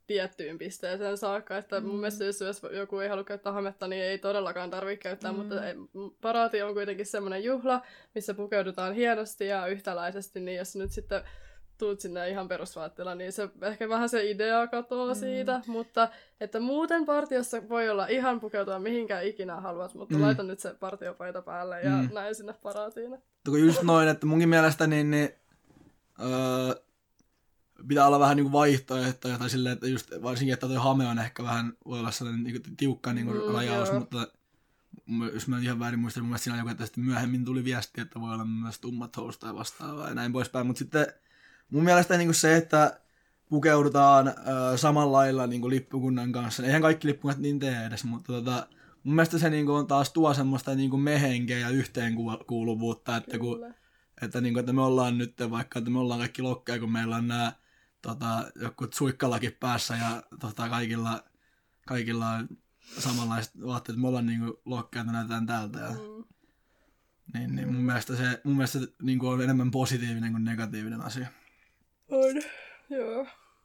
tiettyyn pisteeseen saakka, että mun mielestä jos joku ei halua käyttää hametta, niin ei todellakaan tarvitse käyttää, mm. mutta ei, paraati on kuitenkin semmoinen juhla, missä pukeudutaan hienosti ja yhtäläisesti, niin jos nyt sitten tuut sinne ihan perusvaatteella, niin se ehkä vähän se idea katoaa mm. siitä, mutta että muuten partiossa voi olla ihan pukeutua mihinkään ikinä haluat, mutta mm. laita nyt se partiopaita päälle ja mm. näin sinne paraatiin. Just noin, että munkin mielestä niin, niin öö, pitää olla vähän niinku vaihtoehtoja tai silleen, että just varsinkin, että toi hame on ehkä vähän, voi olla sellainen niinku tiukka niinku mm, rajaus, joo. Mutta jos mä ihan väärin muistan, mun mielestä siinä on joku, että sitten myöhemmin tuli viesti, että voi olla myös tummat housut tai vastaavaa ja näin poispäin, mutta sitten mun mielestä niinku se, että pukeudutaan ö, samalla lailla niinku lippukunnan kanssa, eihän kaikki lippukunnat niin tee edes, mutta tota, mun mielestä se niinku on taas tuo semmoista niinku mehenkeä ja yhteenkuuluvuutta, että, kun, että, niinku, että me ollaan nyt vaikka, että me ollaan kaikki lokkeja, kun meillä on nämä tota, joku suikkalaki päässä ja tota, kaikilla, kaikilla on samanlaiset vaatteet, että me ollaan niinku lokkeja, että näytetään täältä. Ja, mm. niin, niin mun mielestä se mun mielestä, niinku on enemmän positiivinen kuin negatiivinen asia. On, joo.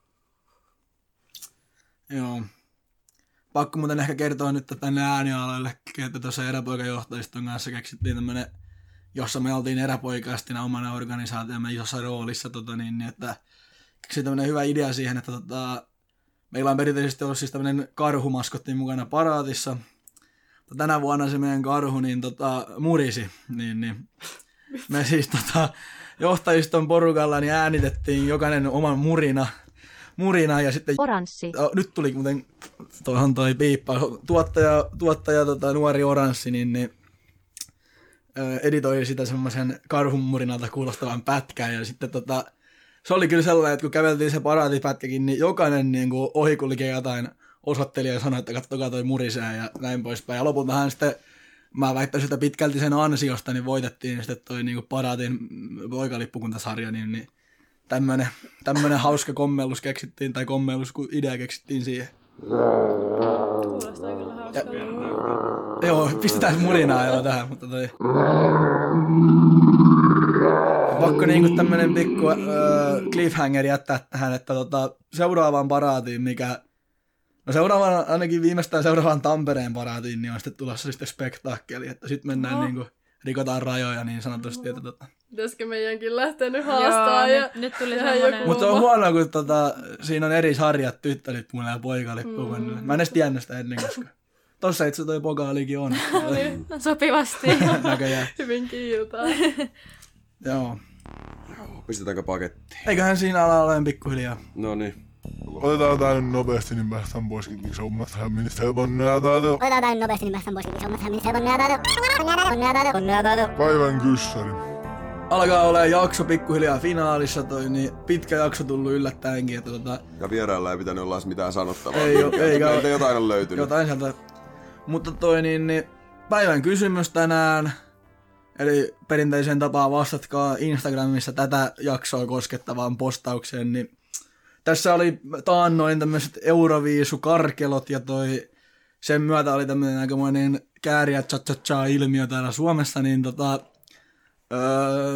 Joo. Pakko muuten ehkä kertoa nyt tänne äänialoille, että tuossa eräpoikajohtajiston kanssa keksittiin tämmönen, jossa me oltiin eräpoikastina omana organisaatiomme isossa roolissa, tota niin, että keksittiin tämmönen hyvä idea siihen, että tota, meillä on perinteisesti ollut siis tämmönen karhumaskotti mukana paraatissa. Tänä vuonna se meidän karhu niin tota, murisi, niin, niin me siis tota, johtajiston porukalla niin äänitettiin jokainen oman murina, murina ja sitten Oranssi. Oh, nyt tuli muuten tuohon toi piippa. Tuottaja, tuottaja tota, nuori Oranssi, niin, niin ö, editoi sitä semmoisen karhun murinalta kuulostavan pätkän ja sitten tota, se oli kyllä sellainen, että kun käveltiin se paraatipätkäkin, niin jokainen niin kuin ohikulkee jotain osoitteli ja sanoi, että kattokaa toi murisee ja näin poispäin. Ja lopultahan sitten, mä väittäisin, että pitkälti sen ansiosta, niin voitettiin sitten toi niin kuin paraatin poikalippukuntasarja, niin, niin tämmönen, tämmönen hauska kommellus keksittiin, tai kommellus, kun idea keksittiin siihen. Kuulostaa kyllä hauskalta. Joo, pistetään murinaa joo tähän, mutta toi... Pakko niinku tämmönen pikku äh, cliffhanger jättää tähän, että tota, seuraavaan paraatiin, mikä... No seuraavaan, ainakin viimeistään seuraavaan Tampereen paraatiin, niin on sitten tulossa sitten spektaakkeli, että sit mennään no. niinku, rikotaan rajoja niin sanotusti, että tota... Pitäisikö meidänkin lähteä nyt haastaa Joo, ja... nyt, nyt tuli semmoinen... Mutta on huono, kun tota, siinä on eri sarjat tyttölippuilla ja poikalippuilla. Mm. Mä en edes tiennyt sitä ennen, koska... Tossa itse toi pokaalikin on. Niin, sopivasti. Näköjään. Hyvin kiiltaa. Joo. Pistetäänkö pakettiin? Eiköhän siinä ala olemaan pikkuhiljaa. No niin. Otetaan tää nyt nopeasti, niin päästään poiskin kiksommat hämmistä helponnea taito. Otetaan tää nyt nopeasti, niin päästään poiskin kiksommat hämmistä helponnea taito. Päivän kyssäri. Alkaa olemaan jakso pikkuhiljaa finaalissa, toi niin pitkä jakso tullut yllättäenkin. Että tota... Ja vierailla ei pitänyt olla mitään sanottavaa. Ei, ole, eikä ole. Jotain on löytynyt. Jotain sieltä. Mutta toi niin, niin päivän kysymys tänään. Eli perinteiseen tapaan vastatkaa Instagramissa tätä jaksoa koskettavaan postaukseen, niin tässä oli taannoin tämmöiset Euroviisukarkelot ja toi sen myötä oli tämmöinen aikamoinen kääriä cha-cha-cha ilmiö täällä Suomessa, niin tota öö,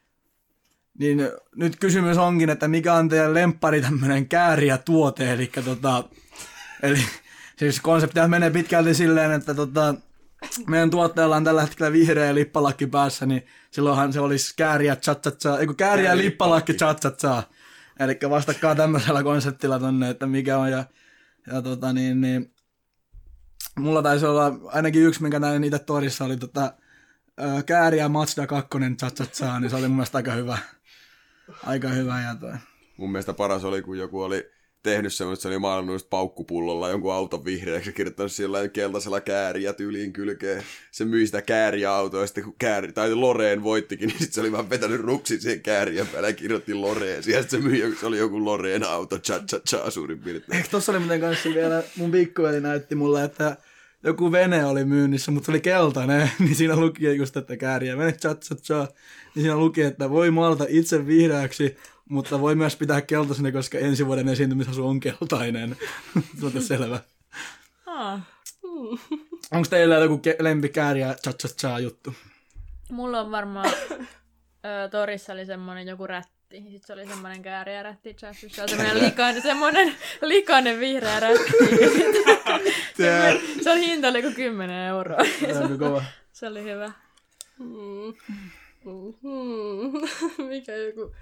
niin nyt kysymys onkin, että mikä on teidän lemppari tämmöinen kääriä tuote, eli tota eli siis konseptia menee pitkälti silleen, että tota meidän tuottajalla on tällä hetkellä vihreä lippalakki päässä, niin silloinhan se olisi kääriä cha-cha-cha, eiku kääriä lippalakki cha-cha-cha. Eli vastakkaa tämmöisellä konseptilla tonne, että mikä on. Ja, ja tota niin, niin, mulla taisi olla ainakin yksi, minkä näin itse torissa, oli tota, ää, kääriä Mazda kaksi cha-cha-cha, niin se oli mun mielestä aika hyvä. Aika hyvä. Ja toi. Mun mielestä paras oli, kun joku oli tehnyt semmoista, se oli maalannut just paukkupullolla jonkun auton vihreäksi ja kirjoittanut sillä keltaisella kääriä tyyliin kylkeen. Se myi sitä kääriä-autoa ja sitten kun kääri, tai Loreen voittikin, niin sitten se oli vaan vetänyt ruksin siihen kääriän päälle ja kirjoitti Loreen. Siihen se myi, se oli joku Loreen auto, cha-cha-cha suurin piirtein. Eikö tossa oli muuten kanssa vielä, mun pikkuveli näytti mulle, että joku vene oli myynnissä, mutta se oli keltainen, niin siinä luki just, että kääriä vene cha-cha-cha. Niin siinä luki, että voi maalata itse vihreäksi, mutta voi myös pitää keltaisena, koska ensi vuoden esiintymisasu on keltainen. Se on selvä. Ah. Mm. Onko teillä joku ke- lempikääriä cha-cha-cha juttu? Mulla on varmaan ö, torissa oli semmonen joku rätti. rätti. Sitten se oli semmoinen kääriä rätti. Just se oli semmoinen likainen, semmoinen likainen vihreä rätti. se, se oli hinta oli kuin kymmenen euroa. Se oli kova. Se oli hyvä. Mm. Mm-hmm. Mikä joku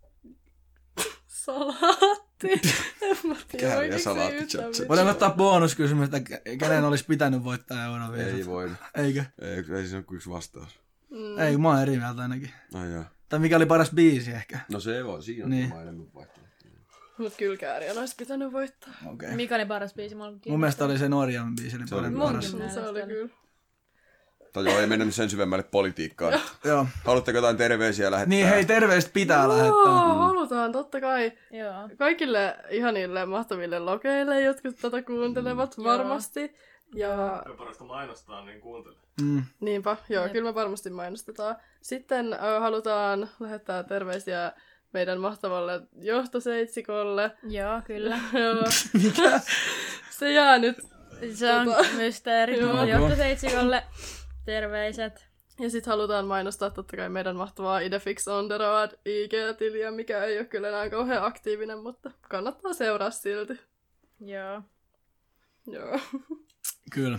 salaatti. En mä tiedä, Kääriä oikein se salaatti, yhtään chat, chat. mitään. Voidaan ottaa bonuskysymys, että kenen olisi pitänyt voittaa Euroviisut. Ei voi. Eikö? Ei, ei siinä ole kuin yksi vastaus. Mm. Ei, mä oon eri mieltä ainakin. Ai jaa. Tai mikä oli paras biisi ehkä. No se voi, siinä on Niin. niin. enemmän vaihtoehtoja. Mut kyllä Kääriän olisi pitänyt voittaa. Okei. Okay. Mikä oli paras biisi? Mun, Mun mielestä oli se Norjan biisi, oli Se oli parempi mun paras. mielestä. Se oli kyllä. Tai joo, ei mennä nyt sen syvemmälle politiikkaan. Joo. Haluatteko jotain terveisiä lähettää? Niin hei, terveistä pitää Joo, lähettää. halutaan totta kai. Joo. Kaikille ihanille mahtaville lokeille, jotka tätä kuuntelevat Mm, varmasti. Ja Ja parasta mainostaa, niin kuuntele. Mm. niinpä, joo, Jep. kyllä me varmasti mainostetaan. Sitten äh, halutaan lähettää terveisiä meidän mahtavalle johtoseitsikolle. Joo, kyllä. Joo. Mikä? Se jää nyt. Se on Tota, mysteeri. joo. Johtoseitsikolle terveiset. Ja sitten halutaan mainostaa totta kai meidän mahtavaa Idefix on the road I G-tiliä, mikä ei ole kyllä enää kauhean aktiivinen, mutta kannattaa seuraa silti. Joo. Joo. Kyllä.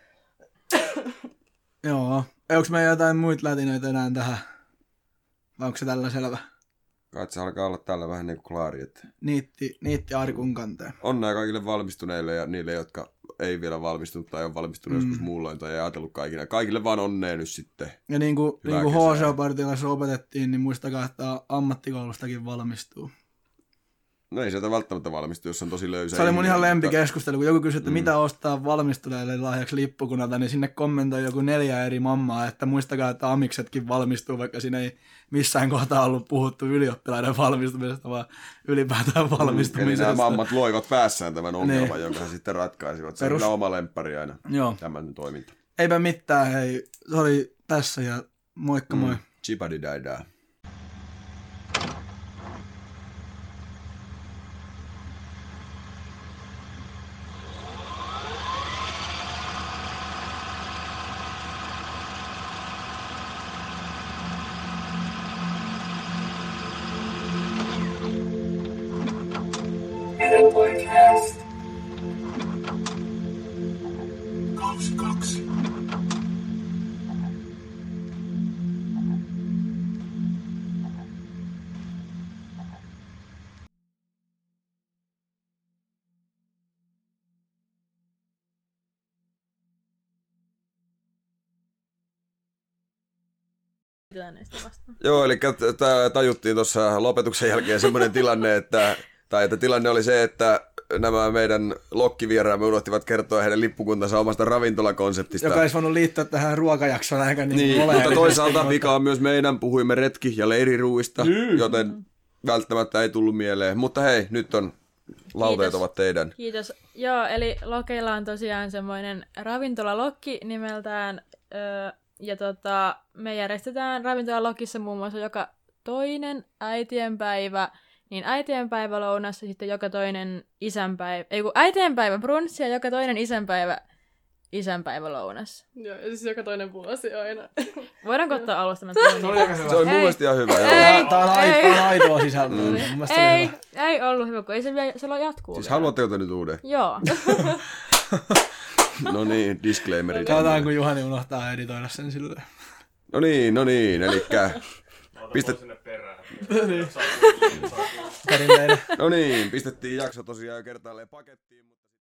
Joo. Onko meillä jotain muita lätinöitä enää tähän? Vai onko se tällä selvä? Kai se alkaa olla tällä vähän niin kuin klaari. Että Niitti, niitti arkun kanteen. onnea kaikille valmistuneille ja niille, jotka ei vielä valmistunut tai on valmistunut Mm. joskus muulloin tai ei ajatellut kaikille. Kaikille vaan onnea nyt sitten. Ja niin kuin, Hyvää niin kuin kesää. H C-partiolassa opetettiin, niin muistakaa, että ammattikoulustakin valmistuu. No ei sieltä välttämättä valmistu, jos on tosi löysä. Se oli mun ihminen, ihan mutta- lempikeskustelu, kun joku kysyi, että Mm. mitä ostaa valmistuneille lahjaksi lippukunalta, niin sinne kommentoi joku neljä eri mammaa, että muistakaa, että amiksetkin valmistuu, vaikka siinä ei missään kohtaa ollut puhuttu ylioppilaiden valmistumisesta, vaan ylipäätään Eli valmistumisesta. nämä mammat loivat päässään tämän ongelman, Niin. jonka he sitten ratkaisivat. Se on Perus- kyllä oma lemppari aina, Joo. tämmöinen toiminta. Eipä mitään, hei. Se oli tässä ja moikka moi. Mm. Chipadidaida. Mitä näistä vastaan? Joo, eli t- t- tajuttiin tuossa lopetuksen jälkeen semmoinen tilanne, että, tai että tilanne oli se, että nämä meidän lokkivieraamme unohtivat kertoa heidän lippukuntansa omasta ravintolakonseptista. Joka olisi voinut liittyä tähän ruokajaksoon aika niin, Niin, oleellisesti. mutta toisaalta vika on myös meidän. Puhuimme retki- ja leiriruuista, joten välttämättä ei tullut mieleen. Mutta hei, nyt on lauteet Kiitos. ovat teidän. Kiitos. Joo, eli Lokeilla on tosiaan semmoinen ravintolalokki nimeltään, öö, ja tota, me järjestetään ravintolalokissa muun muassa joka toinen äitienpäivä, niin äitienpäivälounas ja sitten joka toinen isänpäivä, ei kun äitienpäivä brunssi ja joka toinen isänpäivä isänpäivälounas. Joo, ja siis joka toinen vuosi aina. Voidaanko ottaa alusta? Mä Se oli aika hyvä. Se oli mun Ei. mielestä ihan hyvä. Joo. Ei. Tää on, ai, Ei. tää on aitoa sisältöä. Mun mielestä se oli Ei, hyvä. ei ollut hyvä, kun ei se vielä, se jatkuu Siis vielä. haluatteko te nyt uuden? Joo. No niin, disclaimeri. Katsotaan, kun Juhani unohtaa editoida sen silleen. No niin, no niin, elikkä... Ota Pistä- Pistä... sinne perään. Niin. Saa kuulla, saa kuulla. Perinteinen. No niin, pistettiin jakso tosiaan jo kertaalleen pakettiin, mutta...